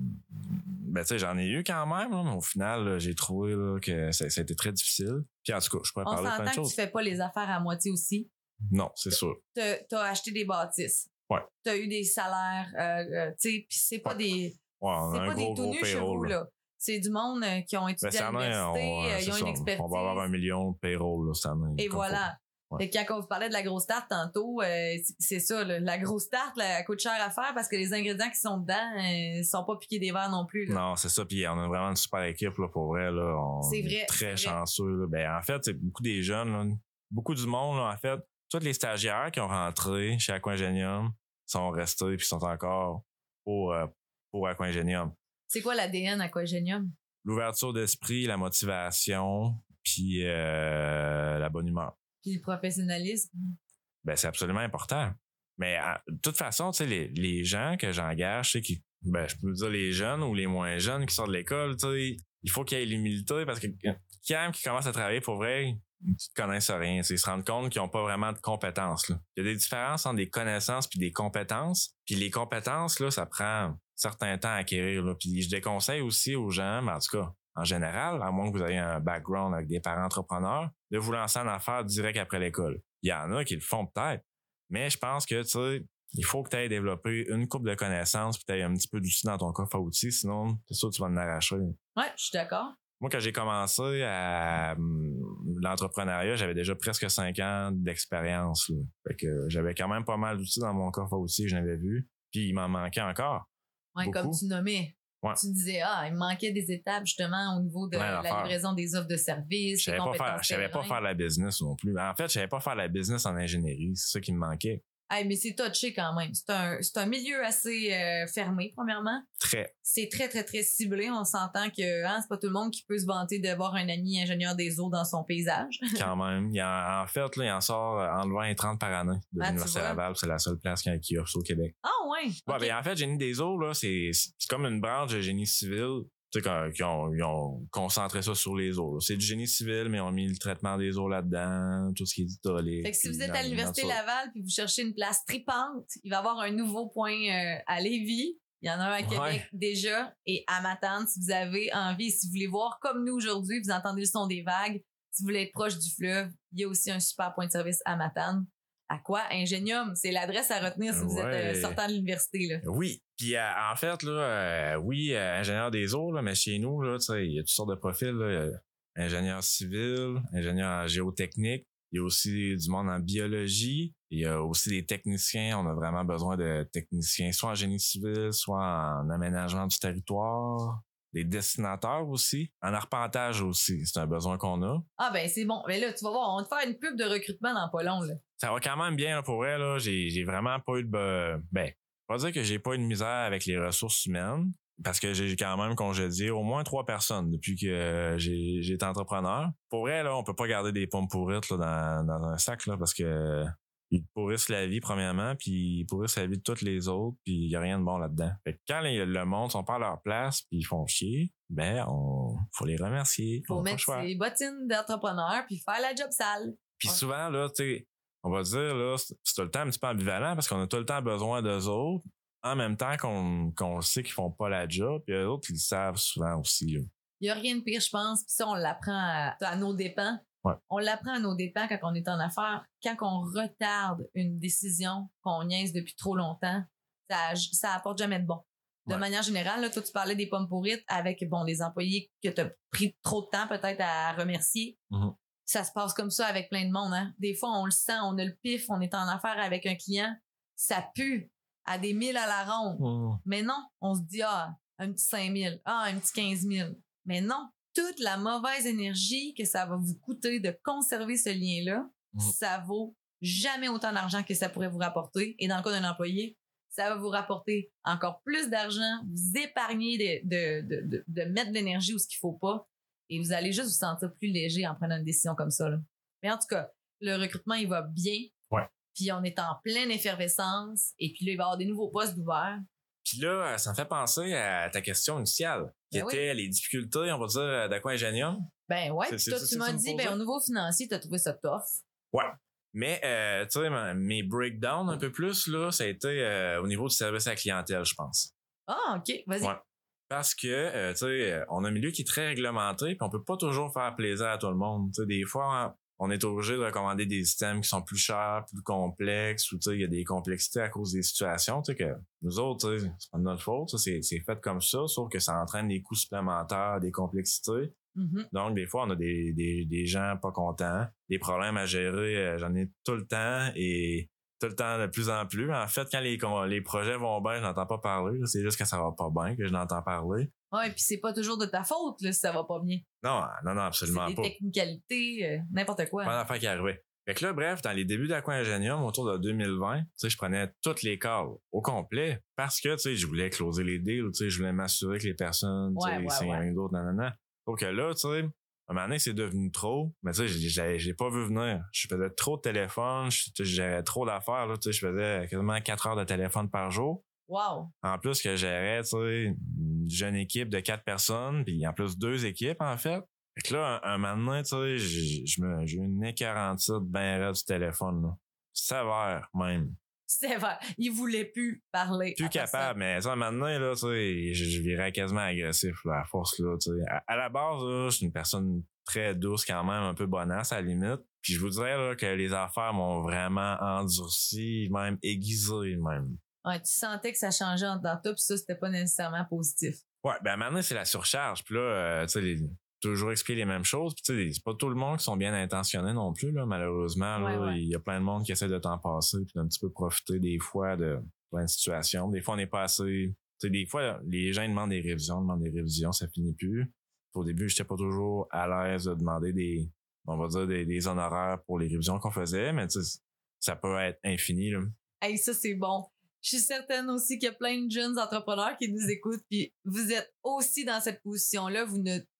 ben, tu sais, j'en ai eu quand même, là, mais au final, là, j'ai trouvé là, que ça, ça a été très difficile. Puis en tout cas, je pourrais On parler de plein s'entend de que choses. tu fais pas les affaires à moitié aussi. Non, c'est sûr. T'as t'as acheté des bâtisses. Ouais. T'as eu des salaires, euh, euh, tu sais, puis c'est pas Ouais. des, Ouais, on c'est a un pas gros, des tout gros nus chez vous, payroll. Là. là. C'est du monde euh, qui ont Ben, étudié cette à année, l'université, on, euh, ouais, ils c'est ont ça. une expertise. On va avoir un million de payroll là, cette année. Et comme voilà. faut. Fait que quand on vous parlait de la grosse tarte tantôt, euh, c'est- c'est ça, là. La grosse tarte, là, elle coûte cher à faire parce que les ingrédients qui sont dedans, euh, sont pas piqués des verres non plus, là. Non, c'est ça. Puis on a vraiment une super équipe là, pour vrai. Là. On C'est est vrai, très c'est vrai. chanceux. Là. Ben, en fait, c'est beaucoup des jeunes, là, beaucoup du monde, là, en fait. Tous les stagiaires qui ont rentré chez Aquagenium sont restés puis sont encore pour, euh, pour Aquagenium. C'est quoi l'A D N Aquagenium? L'ouverture d'esprit, la motivation, puis euh, la bonne humeur. Puis le professionnalisme? Ben, c'est absolument important. Mais à- de toute façon, tu sais, les, les gens que j'engage, tu sais, qui, ben, je peux dire les jeunes ou les moins jeunes qui sortent de l'école, tu sais, il faut qu'il y ait l'humilité parce que quand qui commencent à travailler pour vrai, ils ne connaissent rien. Ils se rendent compte qu'ils n'ont pas vraiment de compétences. Là. Il y a des différences entre des connaissances puis des compétences. Puis les compétences, là, ça prend un certain temps à acquérir. Là. Puis je déconseille aussi aux gens, mais en tout cas, en général, à moins que vous ayez un background avec des parents entrepreneurs, de vous lancer en affaires direct après l'école. Il y en a qui le font peut-être, mais je pense que, tu sais, il faut que tu aies développé une couple de connaissances puis tu aies un petit peu d'outils dans ton coffre à outils, sinon, c'est sûr que tu vas en arracher. Ouais, je suis d'accord. Moi, quand j'ai commencé à hum, l'entrepreneuriat, j'avais déjà presque cinq ans d'expérience. Là. Fait que j'avais quand même pas mal d'outils dans mon coffre à outils, je n'avais vu. Puis il m'en manquait encore. Ouais, Beaucoup. comme tu nommais. Ouais. Tu disais, ah, il me manquait des étapes justement au niveau de Plein la d'affaires. livraison des offres de services, Je des savais pas compétences faire, je savais pas terrain. faire la business non plus. En fait, je savais pas faire la business en ingénierie. C'est ça qui me manquait. Hey, mais c'est touché quand même. C'est un, c'est un milieu assez euh, fermé, premièrement. Très. C'est très, très, très ciblé. On s'entend que hein, c'est pas tout le monde qui peut se vanter d'avoir un ami ingénieur des eaux dans son paysage. Quand même. Il en, en fait, là, il en sort euh, entre vingt et trente par année de Ah, tu l'Université vois. Laval. C'est la seule place qui, qui offre ça au Québec. Ah ouais. Ouais, Ok. ben, en fait, Génie des eaux, là, c'est, c'est comme une branche de génie civil Tu sais, quand, qu'ils ont, ils ont concentré ça sur les eaux. Là. C'est du génie civil, mais ils ont mis le traitement des eaux là-dedans, tout ce qui est hydraulique. Fait que si puis vous êtes dans- à l'Université dans ça. Laval puis vous cherchez une place tripante, il va y avoir un nouveau point euh, à Lévis. Il y en a un à Québec Ouais. déjà et à Matane si vous avez envie. Si vous voulez voir comme nous aujourd'hui, vous entendez le son des vagues. Si vous voulez être proche du fleuve, il y a aussi un super point de service à Matane. À quoi? Ingenium. C'est l'adresse à retenir si vous êtes Ouais. euh, sortant de l'université. Là. Oui. Puis euh, en fait, là, euh, oui, euh, ingénieur des eaux, là, mais chez nous, là, tu sais, il y a toutes sortes de profils. Là. Il y a ingénieur civil, ingénieur en géotechnique. Il y a aussi du monde en biologie. Il y a aussi des techniciens. On a vraiment besoin de techniciens, soit en génie civil, soit en aménagement du territoire. Des dessinateurs aussi. En arpentage aussi, c'est un besoin qu'on a. Ah ben c'est bon. Mais là, tu vas voir, on va te faire une pub de recrutement dans pas long. Là. Ça va quand même bien là, pour elle. Là. J'ai, j'ai vraiment pas eu de... be- Ben, pas dire que j'ai pas eu de misère avec les ressources humaines. Parce que j'ai quand même congédié au moins trois personnes depuis que euh, j'ai, j'ai été entrepreneur. Pour vrai, là, on peut pas garder des pommes pourrites là, dans, dans un sac là, parce que euh, ils pourrissent la vie premièrement, puis ils pourrissent la vie de toutes les autres, puis il y a rien de bon là-dedans. Fait que quand les, le monde sont pas à leur place, puis ils font chier, ben on faut les remercier. Faut On a pas le mettre choix. ses bottines d'entrepreneur puis faire la job sale. Puis Ouais. souvent, là, tu sais, on va dire, là, c'est c'est tout le temps un petit peu ambivalent parce qu'on a tout le temps besoin d'eux autres, en même temps qu'on qu'on sait qu'ils font pas la job, puis eux autres, ils le savent souvent aussi. Là. Il y a rien de pire, je pense. Puis ça, on l'apprend à, à nos dépens. Ouais. On l'apprend à nos dépens quand on est en affaires. Quand on retarde une décision qu'on niaise depuis trop longtemps, ça, ça apporte jamais de bon. De Ouais. manière générale, là, toi, tu parlais des pommes pourrites avec bon des employés que tu as pris trop de temps peut-être à remercier. Mhm. Ça se passe comme ça avec plein de monde. Hein? Des fois, on le sent, on a le pif, on est en affaires avec un client. Ça pue à des mille à la ronde. Mmh. Mais non, on se dit, ah, un petit cinq mille, ah, un petit quinze mille. Mais non, toute la mauvaise énergie que ça va vous coûter de conserver ce lien-là, Mm. ça vaut jamais autant d'argent que ça pourrait vous rapporter. Et dans le cas d'un employé, ça va vous rapporter encore plus d'argent, vous épargner de, de, de, de, de mettre de l'énergie où ce qu'il faut pas. Et vous allez juste vous sentir plus léger en prenant une décision comme ça. Là. Mais en tout cas, le recrutement, il va bien. Ouais. Puis on est en pleine effervescence. Et puis là, il va y avoir des nouveaux postes ouverts. Puis là, ça me fait penser à ta question initiale, qui Ben était les difficultés, on va dire, d'Aqua-Ingenium. Ben ouais, C'est- puis c'est- toi, c'est tu ça m'as que tu me dit, posais? ben au niveau financier, t'as trouvé ça tough. Ouais. Mais, euh, tu sais, ma- mes breakdowns un peu plus, là, ça a été euh, au niveau du service à la clientèle, je pense. Ah, OK, vas-y. Ouais. Parce que, euh, tu sais, on a un milieu qui est très réglementé, puis on peut pas toujours faire plaisir à tout le monde. Tu sais, des fois, on est obligé de recommander des systèmes qui sont plus chers, plus complexes, ou tu sais, il y a des complexités à cause des situations, tu sais, que nous autres, tu sais, c'est pas de notre faute, ça, c'est, c'est fait comme ça, sauf que ça entraîne des coûts supplémentaires, des complexités. Mhm. Donc, des fois, on a des, des, des gens pas contents, des problèmes à gérer, euh, j'en ai tout le temps, et tout le temps de plus en plus. En fait, quand les, les projets vont bien, je n'entends pas parler, là. C'est juste que ça va pas bien que je n'entends parler. Ouais, puis c'est pas toujours de ta faute là, si ça va pas bien. Non, non, non, C'est absolument des pas. technicalités, euh, n'importe quoi. Pas d'affaire qui arrivait. Fait que là, bref, dans les débuts d'Aqua-Ingenium, autour de deux mille vingt, tu sais, je prenais toutes les calls au complet parce que, tu sais, je voulais closer les deals, tu sais, je voulais m'assurer que les personnes, tu Ouais, sais, ouais, s'il y en a ouais. rien d'autre, nanana. Donc là, tu sais, à un moment donné, c'est devenu trop. Mais tu sais, j'ai, j'ai, j'ai pas vu venir. Je faisais trop de téléphone, je- j'avais trop d'affaires, là, tu sais, je faisais quasiment quatre heures de téléphone par jour. Wow. En plus que je gérais, tu sais, une jeune équipe de quatre personnes, puis en plus deux équipes, en fait. Fait que là, un, un moment donné, tu sais, j'ai, je me, j'ai eu une équarantite ben raide du téléphone, là. Sévère, même. C'est vrai. Il voulait plus parler. Plus à personne. capable, mais ça, maintenant, là, tu sais, je, je virais quasiment agressif, là, à force, là, tu sais. À, à la base, là, je suis une personne très douce quand même, un peu bonasse à la limite. Puis je vous dirais, là, que les affaires m'ont vraiment endurci, même aiguisé, même. Ouais, tu sentais que ça changeait en dans toi, puis ça, c'était pas nécessairement positif. Ouais, ben maintenant, c'est la surcharge. Puis là, euh, tu sais, les- toujours expliquer les mêmes choses. Puis tu sais, c'est pas tout le monde qui sont bien intentionnés non plus, là, malheureusement. Ouais, là, ouais. il y a plein de monde qui essaie de t'en passer puis d'un petit peu profiter des fois de plein de situations. Des fois, on n'est pas assez... Tu sais, des fois, les gens demandent des révisions, demandent des révisions, ça finit plus. Au début, j'étais pas toujours à l'aise de demander des, on va dire, des, des honoraires pour les révisions qu'on faisait, mais tu sais, ça peut être infini, là. Hey, ça, c'est bon. Je suis certaine aussi qu'il y a plein de jeunes entrepreneurs qui nous écoutent, puis vous êtes aussi dans cette position-là. Vous ne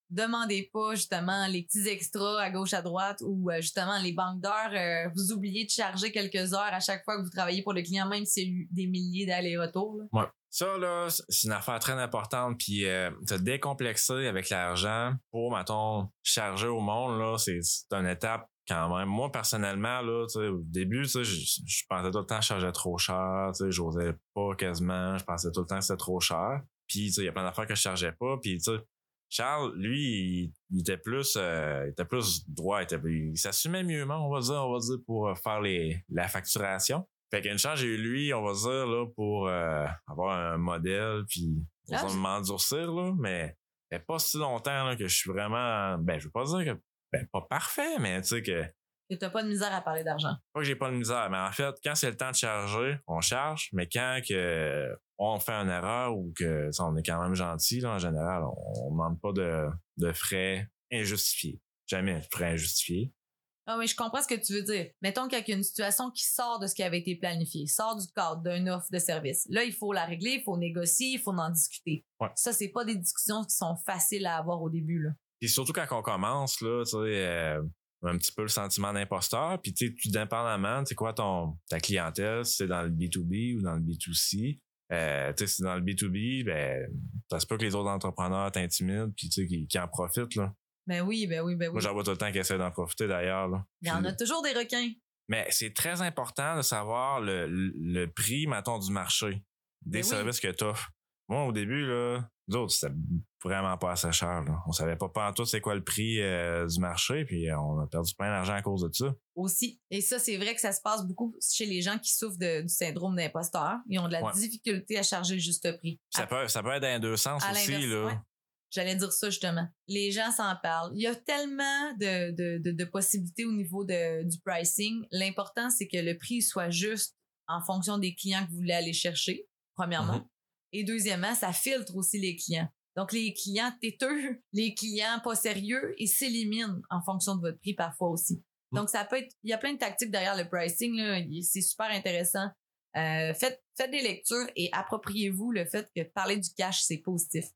demandez pas justement les petits extras à gauche à droite ou euh, justement les banques d'heures. Euh, vous oubliez de charger quelques heures à chaque fois que vous travaillez pour le client, même s'il y a eu des milliers d'allers-retours. Là. Ouais. Ça, là, c'est une affaire très importante. Puis, euh, te décomplexer avec l'argent pour, mettons, charger au monde, là, c'est, c'est une étape quand même. Moi, personnellement, là, tu sais, au début, tu sais, je, je pensais tout le temps que je chargeais trop cher. Tu sais, j'osais pas quasiment. Je pensais tout le temps que c'était trop cher. Puis, tu sais, il y a plein d'affaires que je chargeais pas. Puis, tu sais, Charles, lui, il, il était plus, euh, il était plus droit. Il, était, il s'assumait mieux, on va dire, on va dire, pour faire les, la facturation. Fait qu'une chance, j'ai eu lui, on va dire, là, pour euh, avoir un modèle, puis pour Ah, ça, m'endurcir, là, mais ça fait pas si longtemps là, que je suis vraiment, ben, je veux pas dire que, ben, pas parfait, mais tu sais que... Que t'as pas de misère à parler d'argent. Pas que j'ai pas de misère, mais en fait, quand c'est le temps de charger, on charge, mais quand que on fait une erreur ou que ça, on est quand même gentil, là, en général, on, on demande pas de, de frais injustifiés. Jamais de frais injustifiés. Ah oui, je comprends ce que tu veux dire. Mettons qu'il y a une situation qui sort de ce qui avait été planifié, sort du cadre d'une offre de service. Là, il faut la régler, il faut négocier, il faut en discuter. Ouais. Ça, c'est pas des discussions qui sont faciles à avoir au début, là. Puis surtout quand on commence, là, tu sais, euh, un petit peu le sentiment d'imposteur. Puis tu sais, tout dépendamment, tu sais quoi ton ta clientèle, si c'est dans le B deux B ou dans le B deux C. Euh, tu sais, si c'est dans le B deux B, ben ça se peut que les autres entrepreneurs t'intimident puis tu sais, qui, qui en profitent, là. Ben oui, ben oui, ben oui. Moi, j'en vois tout le temps qui essaient d'en profiter d'ailleurs, là. Il y en a toujours des requins. Mais c'est très important de savoir le, le, le prix, mettons, du marché, des Ben oui. services que tu offres. Moi, au début, là, nous autres, c'était vraiment pas assez cher, là. On savait pas pas en tout c'est quoi le prix euh, du marché, puis on a perdu plein d'argent à cause de ça. Aussi. Et ça, c'est vrai que ça se passe beaucoup chez les gens qui souffrent de- du syndrome d'imposteur. Ils ont de la Ouais. difficulté à charger le juste prix. Ça À- peut, ça peut être dans les deux sens à aussi, l'inverse, là. ouais. J'allais dire ça justement. Les gens s'en parlent. Il y a tellement de, de, de, de possibilités au niveau de, du pricing. L'important, c'est que le prix soit juste en fonction des clients que vous voulez aller chercher, premièrement. Mhm. Et deuxièmement, ça filtre aussi les clients. Donc, les clients têteux, les clients pas sérieux, ils s'éliminent en fonction de votre prix parfois aussi. Mhm. Donc, ça peut être... Il y a plein de tactiques derrière le pricing, là. C'est super intéressant. Euh, faites, faites des lectures et appropriez-vous le fait que parler du cash, c'est positif.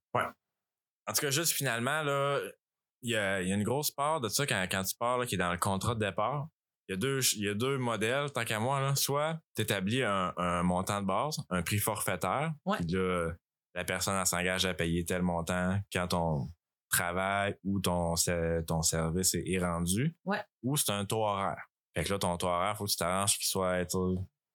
En tout cas, juste finalement, là, il y a, il y a une grosse part de ça quand, quand tu pars, là, qui est dans le contrat de départ. Il y a deux, il y a deux modèles, tant qu'à moi, là. Soit tu établis un, un montant de base, un prix forfaitaire. Ouais. Puis là, la personne elle s'engage à payer tel montant quand ton travail ou ton, se- ton service est, est rendu. Ouais. Ou c'est un taux horaire. Fait que là, ton taux horaire, faut que tu t'arranges qu'il soit être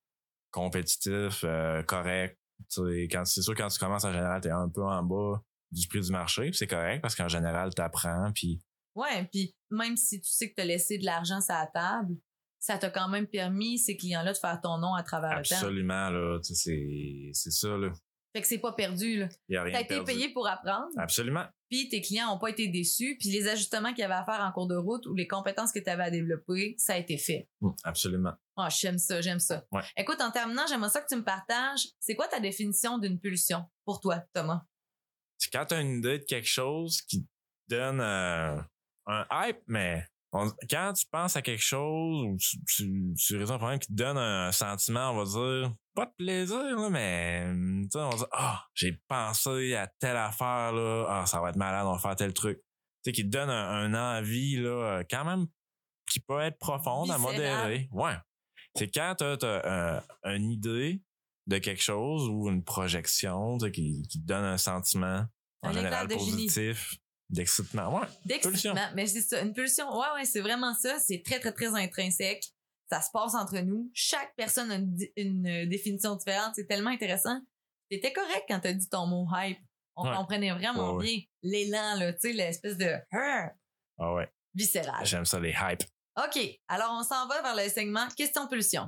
compétitif, euh, correct. Tu sais, quand, c'est sûr, quand tu commences, en général, t'es un peu en bas du prix du marché. Puis c'est correct parce qu'en général, t'apprends. Puis Ouais, puis même si tu sais que tu as laissé de l'argent sur la table, ça t'a quand même permis, ces clients-là, de faire ton nom à travers le temps. absolument, là, tu sais, c'est, c'est ça, là. Fait que c'est pas perdu, là. Il y a rien T'as été perdu. payé pour apprendre, Absolument. puis tes clients ont pas été déçus, puis les ajustements qu'il y avait à faire en cours de route ou les compétences que tu avais à développer, ça a été fait. Mm, absolument. Ah, j'aime ça, j'aime ça. Ouais. Écoute, en terminant, j'aimerais ça que tu me partages, c'est quoi ta définition d'une pulsion pour toi, Thomas? C'est quand tu as une idée de quelque chose qui te donne euh, un hype, mais on- quand tu penses à quelque chose ou tu, tu, tu résous un problème qui te donne un sentiment, on va dire, pas de plaisir, là, mais tu sais, on va dire, ah, j'ai pensé à telle affaire, là, ah, ça va être malade, on va faire tel truc. Tu sais, qui te donne un, un envie, là, quand même, qui peut être profonde, à Viscérale. modérer. Ouais. C'est quand tu as une idée de quelque chose ou une projection, tu sais, qui, qui te donne un sentiment en Un général éclair de génie. positif, d'excitement. Ouais. D'excitement. Mais c'est ça, une pulsion. Ouais, ouais, c'est vraiment ça. C'est très, très, très intrinsèque. Ça se passe entre nous. Chaque personne a une, di- une, euh, définition différente. C'est tellement intéressant. T'étais correct quand t'as dit ton mot hype. On Ouais. comprenait vraiment Ouais, ouais. bien l'élan, là, tu sais, l'espèce de Hur Ah ouais. viscéral. J'aime ça, les hypes. OK. Alors, on s'en va vers le segment question-pulsion.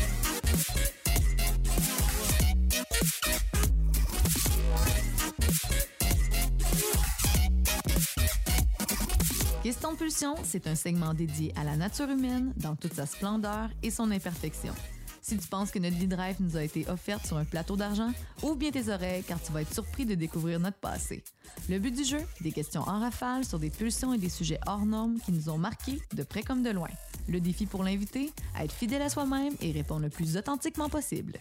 Question Pulsion, c'est un segment dédié à la nature humaine dans toute sa splendeur et son imperfection. Si tu penses que notre vie de rêve nous a été offerte sur un plateau d'argent, ouvre bien tes oreilles car tu vas être surpris de découvrir notre passé. Le but du jeu, des questions en rafale sur des pulsions et des sujets hors normes qui nous ont marqués de près comme de loin. Le défi pour l'invité, être fidèle à soi-même et répondre le plus authentiquement possible.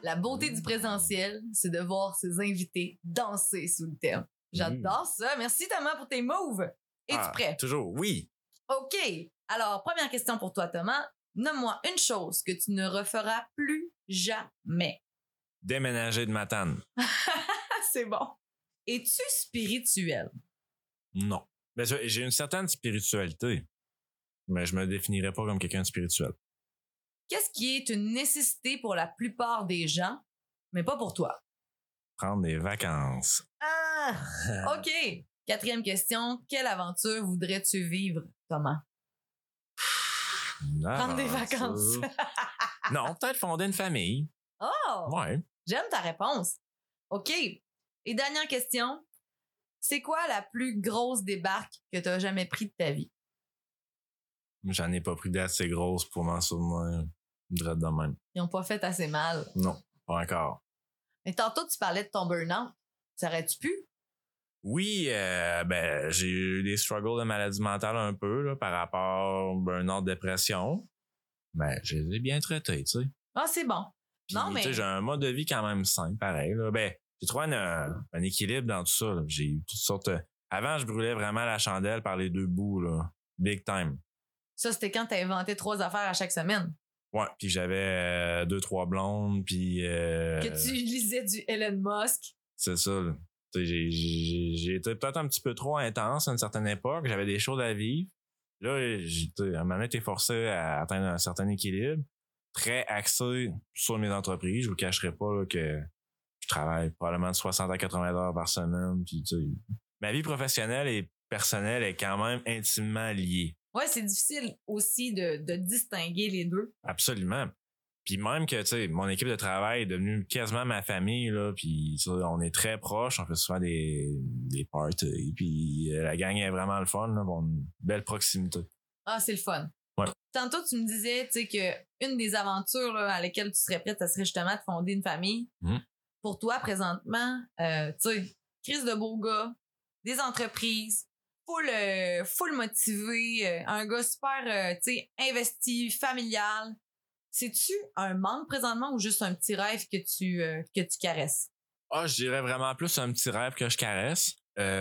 La beauté du présentiel, c'est de voir ses invités danser sous le thème. J'adore ça. Merci Thomas pour tes moves. Es-tu Ah, prêt? Toujours, oui. OK. Alors, première question pour toi, Thomas. Nomme-moi une chose que tu ne referas plus jamais. Déménager de Matane. C'est bon. Es-tu spirituel? Non. Ben, j'ai j'ai une certaine spiritualité, mais je me définirais pas comme quelqu'un de spirituel. Qu'est-ce qui est une nécessité pour la plupart des gens, mais pas pour toi? Prendre des vacances. Ah! OK. Quatrième question. Quelle aventure voudrais-tu vivre, Thomas? Prendre des vacances. Non, peut-être fonder une famille. Oh! Ouais. J'aime ta réponse. OK. Et dernière question. C'est quoi la plus grosse débarque que tu as jamais pris de ta vie? J'en ai pas pris d'assez grosse pour m'en souvenir. Drette de même. Ils n'ont pas fait assez mal. Non, pas encore. Mais tantôt, tu parlais de ton burn-out. Ça aurait-tu pu? Oui, euh, ben j'ai eu des struggles de maladie mentale un peu là, par rapport au burn-out, dépression. Ben, je les ai bien traités, tu sais. Ah, c'est bon. Puis, Non, mais- tu sais, j'ai un mode de vie quand même sain, pareil. Là. Ben, j'ai trouvé un, un équilibre dans tout ça. là. J'ai eu toutes sortes. de- Avant, je brûlais vraiment la chandelle par les deux bouts, là. Big time. Ça, c'était quand tu as inventé trois affaires à chaque semaine. Ouais, puis j'avais euh, deux, trois blondes, puis... euh, Que tu lisais du Elon Musk. C'est ça, là. Tu sais, J'ai, j'ai, j'ai été peut-être un petit peu trop intense à une certaine époque. J'avais des choses à vivre. Là, j'ai, tu sais, à un moment donné, été forcé à atteindre un certain équilibre. Très axé sur mes entreprises. Je vous cacherai pas là, que je travaille probablement de soixante à quatre-vingts heures par semaine. Puis, tu sais, ma vie professionnelle et personnelle est quand même intimement liée. Ouais, c'est difficile aussi de, de distinguer les deux. Absolument. Puis même que, tu sais, mon équipe de travail est devenue quasiment ma famille, là, puis tu sais, on est très proches, on fait souvent des, des parties, puis euh, la gang est vraiment le fun, là, on a une belle proximité. Ah, c'est le fun. Ouais. Tantôt, tu me disais, tu sais, que une des aventures là, à laquelle tu serais prête, ça serait justement de fonder une famille. Mm. Pour toi, présentement, euh, tu sais, crise de beau gars, des entreprises, full, euh, full motivé, euh, un gars super, euh, tu sais, investi, familial. C'est-tu un manque présentement ou juste un petit rêve que tu, euh, que tu caresses? Ah, je dirais vraiment plus un petit rêve que je caresse.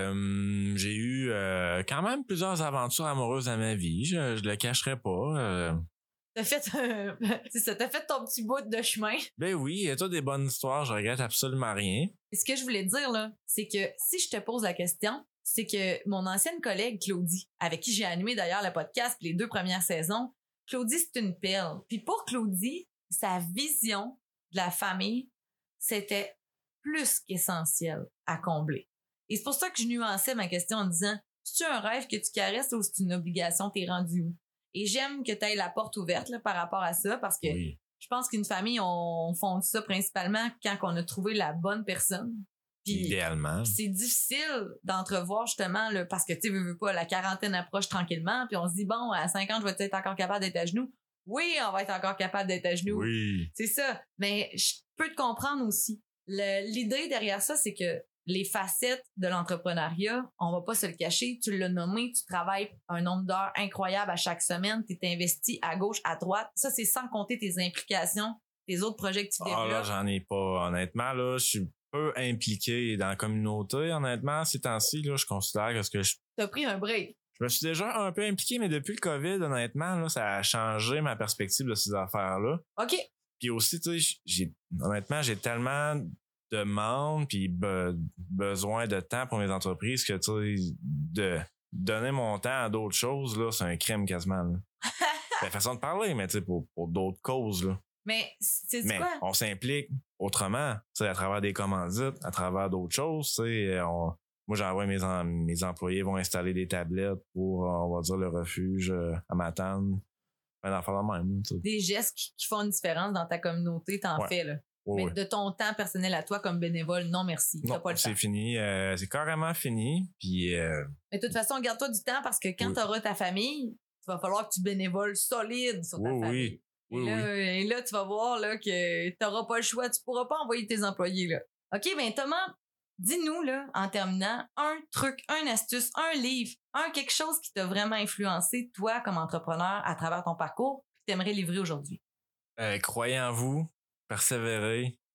Euh, j'ai eu euh, quand même plusieurs aventures amoureuses dans ma vie, je, je le cacherai pas. Euh, T'as fait, un- c'est ça, t'as fait ton petit bout de chemin. ben oui, il y a toutes des bonnes histoires, je regrette absolument rien. Et ce que je voulais dire, là, c'est que si je te pose la question, c'est que mon ancienne collègue Claudie, avec qui j'ai animé d'ailleurs le podcast puis les deux premières saisons, Claudie, c'est une perle. Puis pour Claudie, sa vision de la famille, c'était plus qu'essentiel à combler. Et c'est pour ça que je nuançais ma question en disant, c'est-tu un rêve que tu caresses ou c'est une obligation, t'es rendu où? Et j'aime que tu aies la porte ouverte là, par rapport à ça parce que Oui. je pense qu'une famille, on fonde ça principalement quand on a trouvé la bonne personne. Puis Idéalement. c'est difficile d'entrevoir justement là, parce que tu sais, veux, veux pas, la quarantaine approche tranquillement, puis on se dit bon, à cinquante, je vais être encore capable d'être à genoux. Oui, on va être encore capable d'être à genoux. Oui. C'est ça. Mais je peux te comprendre aussi. Le- l'idée derrière ça, c'est que les facettes de l'entrepreneuriat, on va pas se le cacher, tu l'as nommé, tu travailles un nombre d'heures incroyable à chaque semaine, tu es investi à gauche, à droite. Ça, c'est sans compter tes implications, tes autres projets que tu Ah là, développes. j'en ai pas. Honnêtement, là, je suis peu impliqué dans la communauté. Honnêtement, ces temps-ci, là, je considère que ce que je T'as pris un break. Je me suis déjà un peu impliqué, mais depuis le COVID, honnêtement, là, ça a changé ma perspective de ces affaires-là. OK. Puis aussi, tu sais, j'ai honnêtement, j'ai tellement de demandes puis be- besoin de temps pour mes entreprises que, tu sais, de donner mon temps à d'autres choses, là, c'est un crime quasiment. Là. C'est la façon de parler, mais tu sais, pour, pour d'autres causes, là. Mais c'est Mais quoi? on s'implique autrement, tu sais, à travers des commandites, à travers d'autres choses, tu sais, on... Moi, j'envoie mes, en- mes employés vont installer des tablettes pour, on va dire, le refuge euh, à Matane. Un enfant de même. Tu sais. Des gestes qui, qui font une différence dans ta communauté, t'en Ouais. fais, là. Ouais, Mais ouais. de ton temps personnel à toi comme bénévole, non merci. T'as Non, pas le temps. c'est fini. euh, c'est carrément fini. Puis, euh, Mais de toute façon, garde-toi du temps parce que quand Oui. tu auras ta famille, il va falloir que tu bénévoles solide sur ta Oui, oui. famille. Oui, et, là, et là, tu vas voir là, que tu n'auras pas le choix. Tu pourras pas envoyer tes employés. Là. OK, ben Thomas, dis-nous, là, en terminant, un truc, une astuce, un livre, un quelque chose qui t'a vraiment influencé, toi, comme entrepreneur, à travers ton parcours, que tu aimerais livrer aujourd'hui. euh, croyez en vous, persévérez,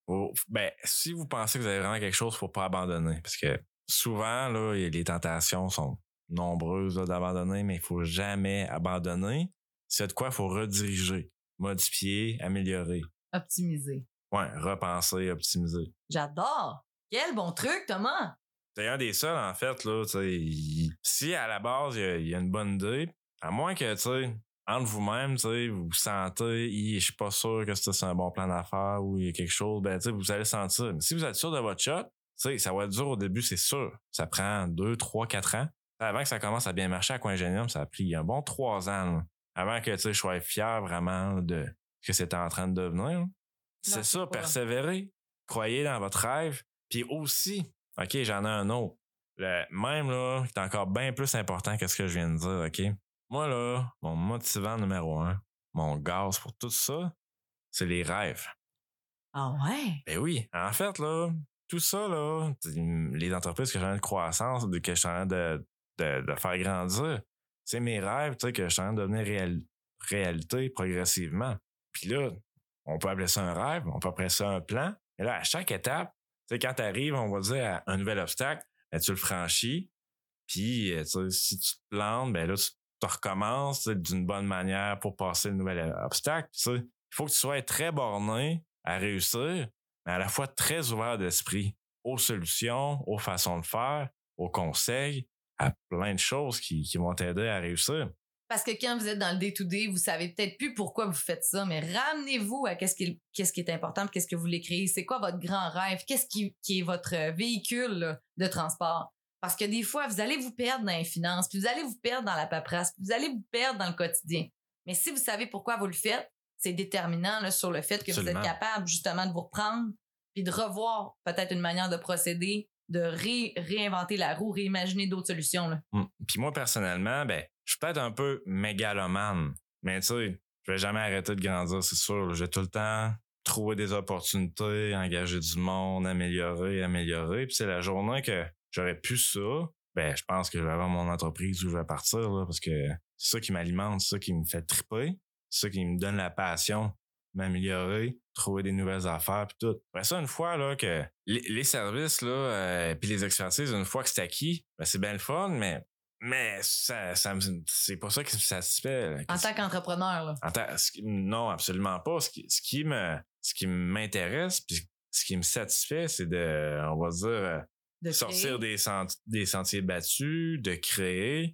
faut, ben, si vous pensez que vous avez vraiment quelque chose, faut pas abandonner. Parce que souvent, là, les tentations sont nombreuses là, d'abandonner, mais il faut jamais abandonner. C'est de quoi il faut rediriger, modifier, améliorer. Optimiser. Ouais, repenser, optimiser. J'adore! Quel bon truc, Thomas! C'est un des seuls, en fait, là, tu sais, il- si à la base, il y, a, il y a une bonne idée, à moins que, tu sais, entre vous-même, tu sais, vous sentez, je suis pas sûr que ça, c'est un bon plan d'affaires ou il y a quelque chose, ben, tu sais, vous allez sentir. Mais si vous êtes sûr de votre shot, tu sais, ça va être dur au début, c'est sûr. Ça prend deux, trois, quatre ans. Avant que ça commence à bien marcher à Coin Ingénium, ça a pris un bon trois ans, là, avant que, tu sais, je sois fier vraiment là, de ce que c'était en train de devenir. Là. C'est ça, persévérer. Croyez dans votre rêve. Puis aussi, OK, j'en ai un autre. Le même, là, qui est encore bien plus important que ce que je viens de dire, OK? Moi, là, mon motivant numéro un, mon gaz pour tout ça, c'est les rêves. Ah ouais? Ben oui. En fait, là, tout ça, là, les entreprises que j'ai de croissance, que je suis en train de, de, de faire grandir, c'est mes rêves, tu sais, que je suis en train de devenir réel, réalité progressivement. Puis là, on peut appeler ça un rêve, on peut appeler ça un plan. Et là, à chaque étape, tu sais, quand tu arrives, on va dire, à un nouvel obstacle, ben, tu le franchis. Puis, tu sais, si tu te plantes, ben là, tu te recommences tu sais, d'une bonne manière pour passer le nouvel obstacle. Tu sais. Il faut que tu sois très borné à réussir, mais à la fois très ouvert d'esprit aux solutions, aux façons de faire, aux conseils, à plein de choses qui, qui vont t'aider à réussir. Parce que quand vous êtes dans le day-to-day, vous savez peut-être plus pourquoi vous faites ça, mais ramenez-vous à qu'est-ce qui est, qu'est-ce qui est important, qu'est-ce que vous voulez créer, c'est quoi votre grand rêve, qu'est-ce qui, qui est votre véhicule là, de transport. Parce que des fois, vous allez vous perdre dans les finances, puis vous allez vous perdre dans la paperasse, puis vous allez vous perdre dans le quotidien. Mais si vous savez pourquoi vous le faites, c'est déterminant là, sur le fait que Absolument. Vous êtes capable justement de vous reprendre, puis de revoir peut-être une manière de procéder, de ré- réinventer la roue, réimaginer d'autres solutions. Là. Mmh. Puis moi, personnellement, ben, je suis peut-être un peu mégalomane, mais tu sais, je vais jamais arrêter de grandir, c'est sûr. Je vais tout le temps trouver des opportunités, engager du monde, améliorer, améliorer. Puis c'est la journée que j'aurais pu ça, ben je pense que je vais avoir mon entreprise où je vais partir, là, parce que c'est ça qui m'alimente, c'est ça qui me fait triper, c'est ça qui me donne la passion, m'améliorer, trouver des nouvelles affaires, puis tout. Après ça, une fois là que les, les services, là, euh, puis les expertises, une fois que c'est acquis, ben c'est bien le fun, mais Mais ça, ça me, c'est pas ça qui me satisfait. En tant qu'entrepreneur, là. En tant, non, absolument pas. Ce qui, ce qui me, ce qui m'intéresse, puis ce qui me satisfait, c'est de, on va dire, de sortir des, senti- des sentiers battus, de créer,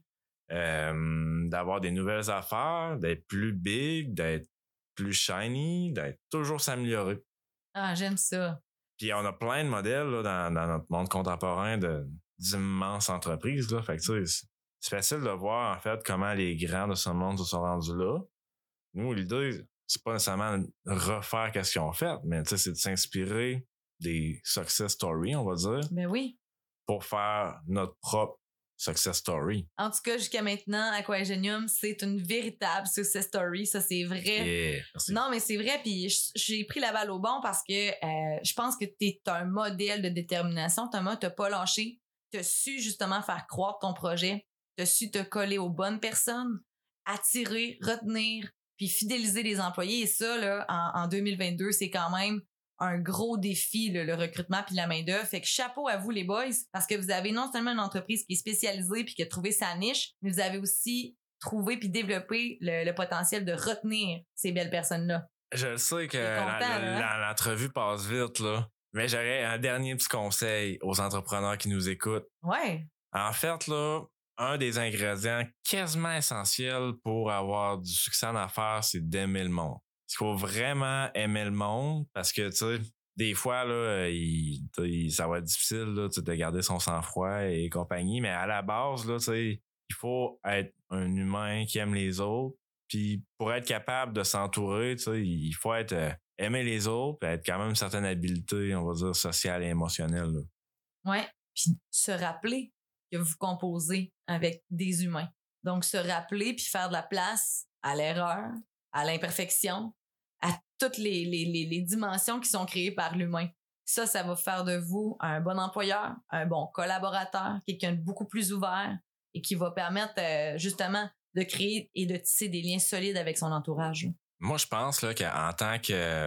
euh, d'avoir des nouvelles affaires, d'être plus big, d'être plus shiny, d'être toujours s'améliorer. Ah, j'aime ça. Puis on a plein de modèles là, dans, dans notre monde contemporain de d'immenses entreprises. Là. Fait que tu sais, c'est facile de voir en fait comment les grands de ce monde se sont rendus là. Nous, l'idée, c'est pas nécessairement refaire qu'est-ce qu'ils ont fait, mais tu sais, c'est de s'inspirer des success stories, on va dire. Ben oui. Pour faire notre propre success story. En tout cas, jusqu'à maintenant, Aquagenium, c'est une véritable success story. Ça, c'est vrai. Yeah, non, mais c'est vrai. Puis j'ai pris la balle au bon parce que euh, je pense que t'es un modèle de détermination. Thomas, t'as pas lâché. T'as su justement faire croître ton projet. T'as su te coller aux bonnes personnes, attirer, retenir, puis fidéliser les employés. Et ça, là, en, en deux mille vingt-deux, c'est quand même un gros défi, là, le recrutement puis la main-d'œuvre. Fait que chapeau à vous, les boys, parce que vous avez non seulement une entreprise qui est spécialisée puis qui a trouvé sa niche, mais vous avez aussi trouvé puis développé le, le potentiel de retenir ces belles personnes-là. Je sais que content, la, la, la, l'entrevue passe vite, là. Mais j'aurais un dernier petit conseil aux entrepreneurs qui nous écoutent. Ouais. En fait, là, un des ingrédients quasiment essentiels pour avoir du succès en affaires, c'est d'aimer le monde. Il faut vraiment aimer le monde parce que, tu sais, des fois, là, il, il, ça va être difficile là, de garder son sang-froid et compagnie, mais à la base, là, tu sais, il faut être un humain qui aime les autres. Puis pour être capable de s'entourer, tu sais, il faut être euh, aimer les autres puis être quand même une certaine habileté, on va dire, sociale et émotionnelle. Là. Ouais. Puis se rappeler que vous composez avec des humains. Donc, se rappeler puis faire de la place à l'erreur, à l'imperfection, à toutes les, les, les, les dimensions qui sont créées par l'humain. Ça, ça va faire de vous un bon employeur, un bon collaborateur, quelqu'un de beaucoup plus ouvert et qui va permettre euh, justement de créer et de tisser des liens solides avec son entourage. Moi, je pense là, qu'en tant que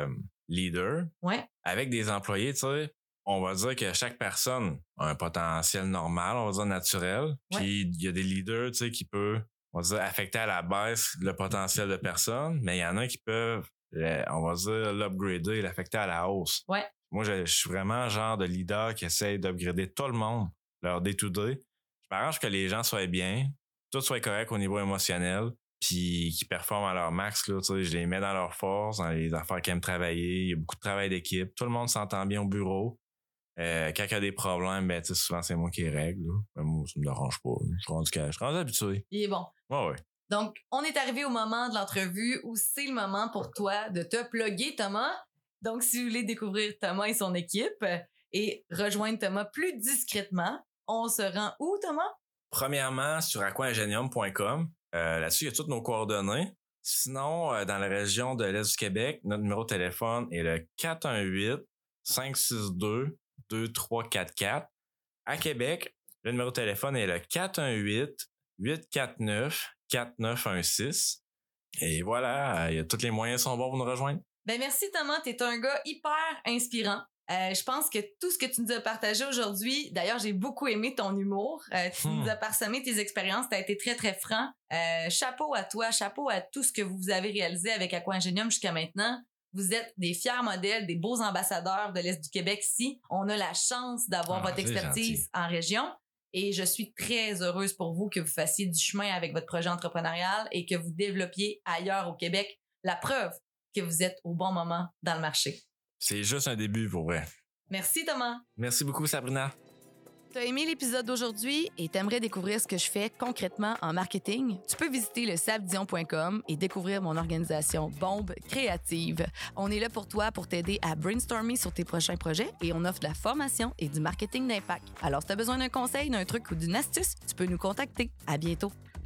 leader. Ouais. Avec des employés, tu sais, on va dire que chaque personne a un potentiel normal, on va dire naturel. Puis Ouais. il y a des leaders, tu sais, qui peuvent, on va dire, affecter à la baisse le potentiel de personnes, mais il y en a qui peuvent, on va dire, l'upgrader, l'affecter à la hausse. Ouais. Moi, je, je suis vraiment le genre de leader qui essaye d'upgrader tout le monde, leur day-to-day. Je m'arrange que les gens soient bien, tout soit correct au niveau émotionnel, puis qu'ils performent à leur max, là, tu sais, je les mets dans leur force, dans les affaires qu'ils aiment travailler. Il y a beaucoup de travail d'équipe. Tout le monde s'entend bien au bureau. Euh, quand il y a des problèmes, ben, tu sais, souvent, c'est moi qui les règle, là. Ben, moi, ça me dérange pas. Je suis rendu, je suis rendu habitué. Il est bon. Ouais, ouais. Donc, on est arrivé au moment de l'entrevue où c'est le moment pour toi de te plugger, Thomas. Donc, si vous voulez découvrir Thomas et son équipe et rejoindre Thomas plus discrètement, on se rend où, Thomas? Premièrement, sur aquaingenium point com. Euh, là-dessus, il y a toutes nos coordonnées. Sinon, euh, dans la région de l'Est du Québec, notre numéro de téléphone est le quatre un huit, cinq six deux, deux trois quatre quatre. À Québec, le numéro de téléphone est le quatre un huit, huit quatre neuf, quatre neuf un six. Et voilà, euh, tous les moyens sont bons pour nous rejoindre. Ben merci, Thomas. T'es un gars hyper inspirant. Euh, je pense que tout ce que tu nous as partagé aujourd'hui, d'ailleurs, j'ai beaucoup aimé ton humour. Euh, tu Hmm. nous as parsemé tes expériences, t'as été très, très franc. Euh, chapeau à toi, chapeau à tout ce que vous avez réalisé avec Aquingenium jusqu'à maintenant. Vous êtes des fiers modèles, des beaux ambassadeurs de l'Est du Québec ici. On a la chance d'avoir Ah, votre c'est expertise gentil. en région. Et je suis très heureuse pour vous que vous fassiez du chemin avec votre projet entrepreneurial et que vous développiez ailleurs au Québec. La preuve que vous êtes au bon moment dans le marché. C'est juste un début pour vrai. Merci, Thomas. Merci beaucoup, Sabrina. T'as aimé l'épisode d'aujourd'hui et t'aimerais découvrir ce que je fais concrètement en marketing? Tu peux visiter le sabdion point com et découvrir mon organisation Bombe Créative. On est là pour toi pour t'aider à brainstormer sur tes prochains projets et on offre de la formation et du marketing d'impact. Alors, si t'as besoin d'un conseil, d'un truc ou d'une astuce, tu peux nous contacter. À bientôt.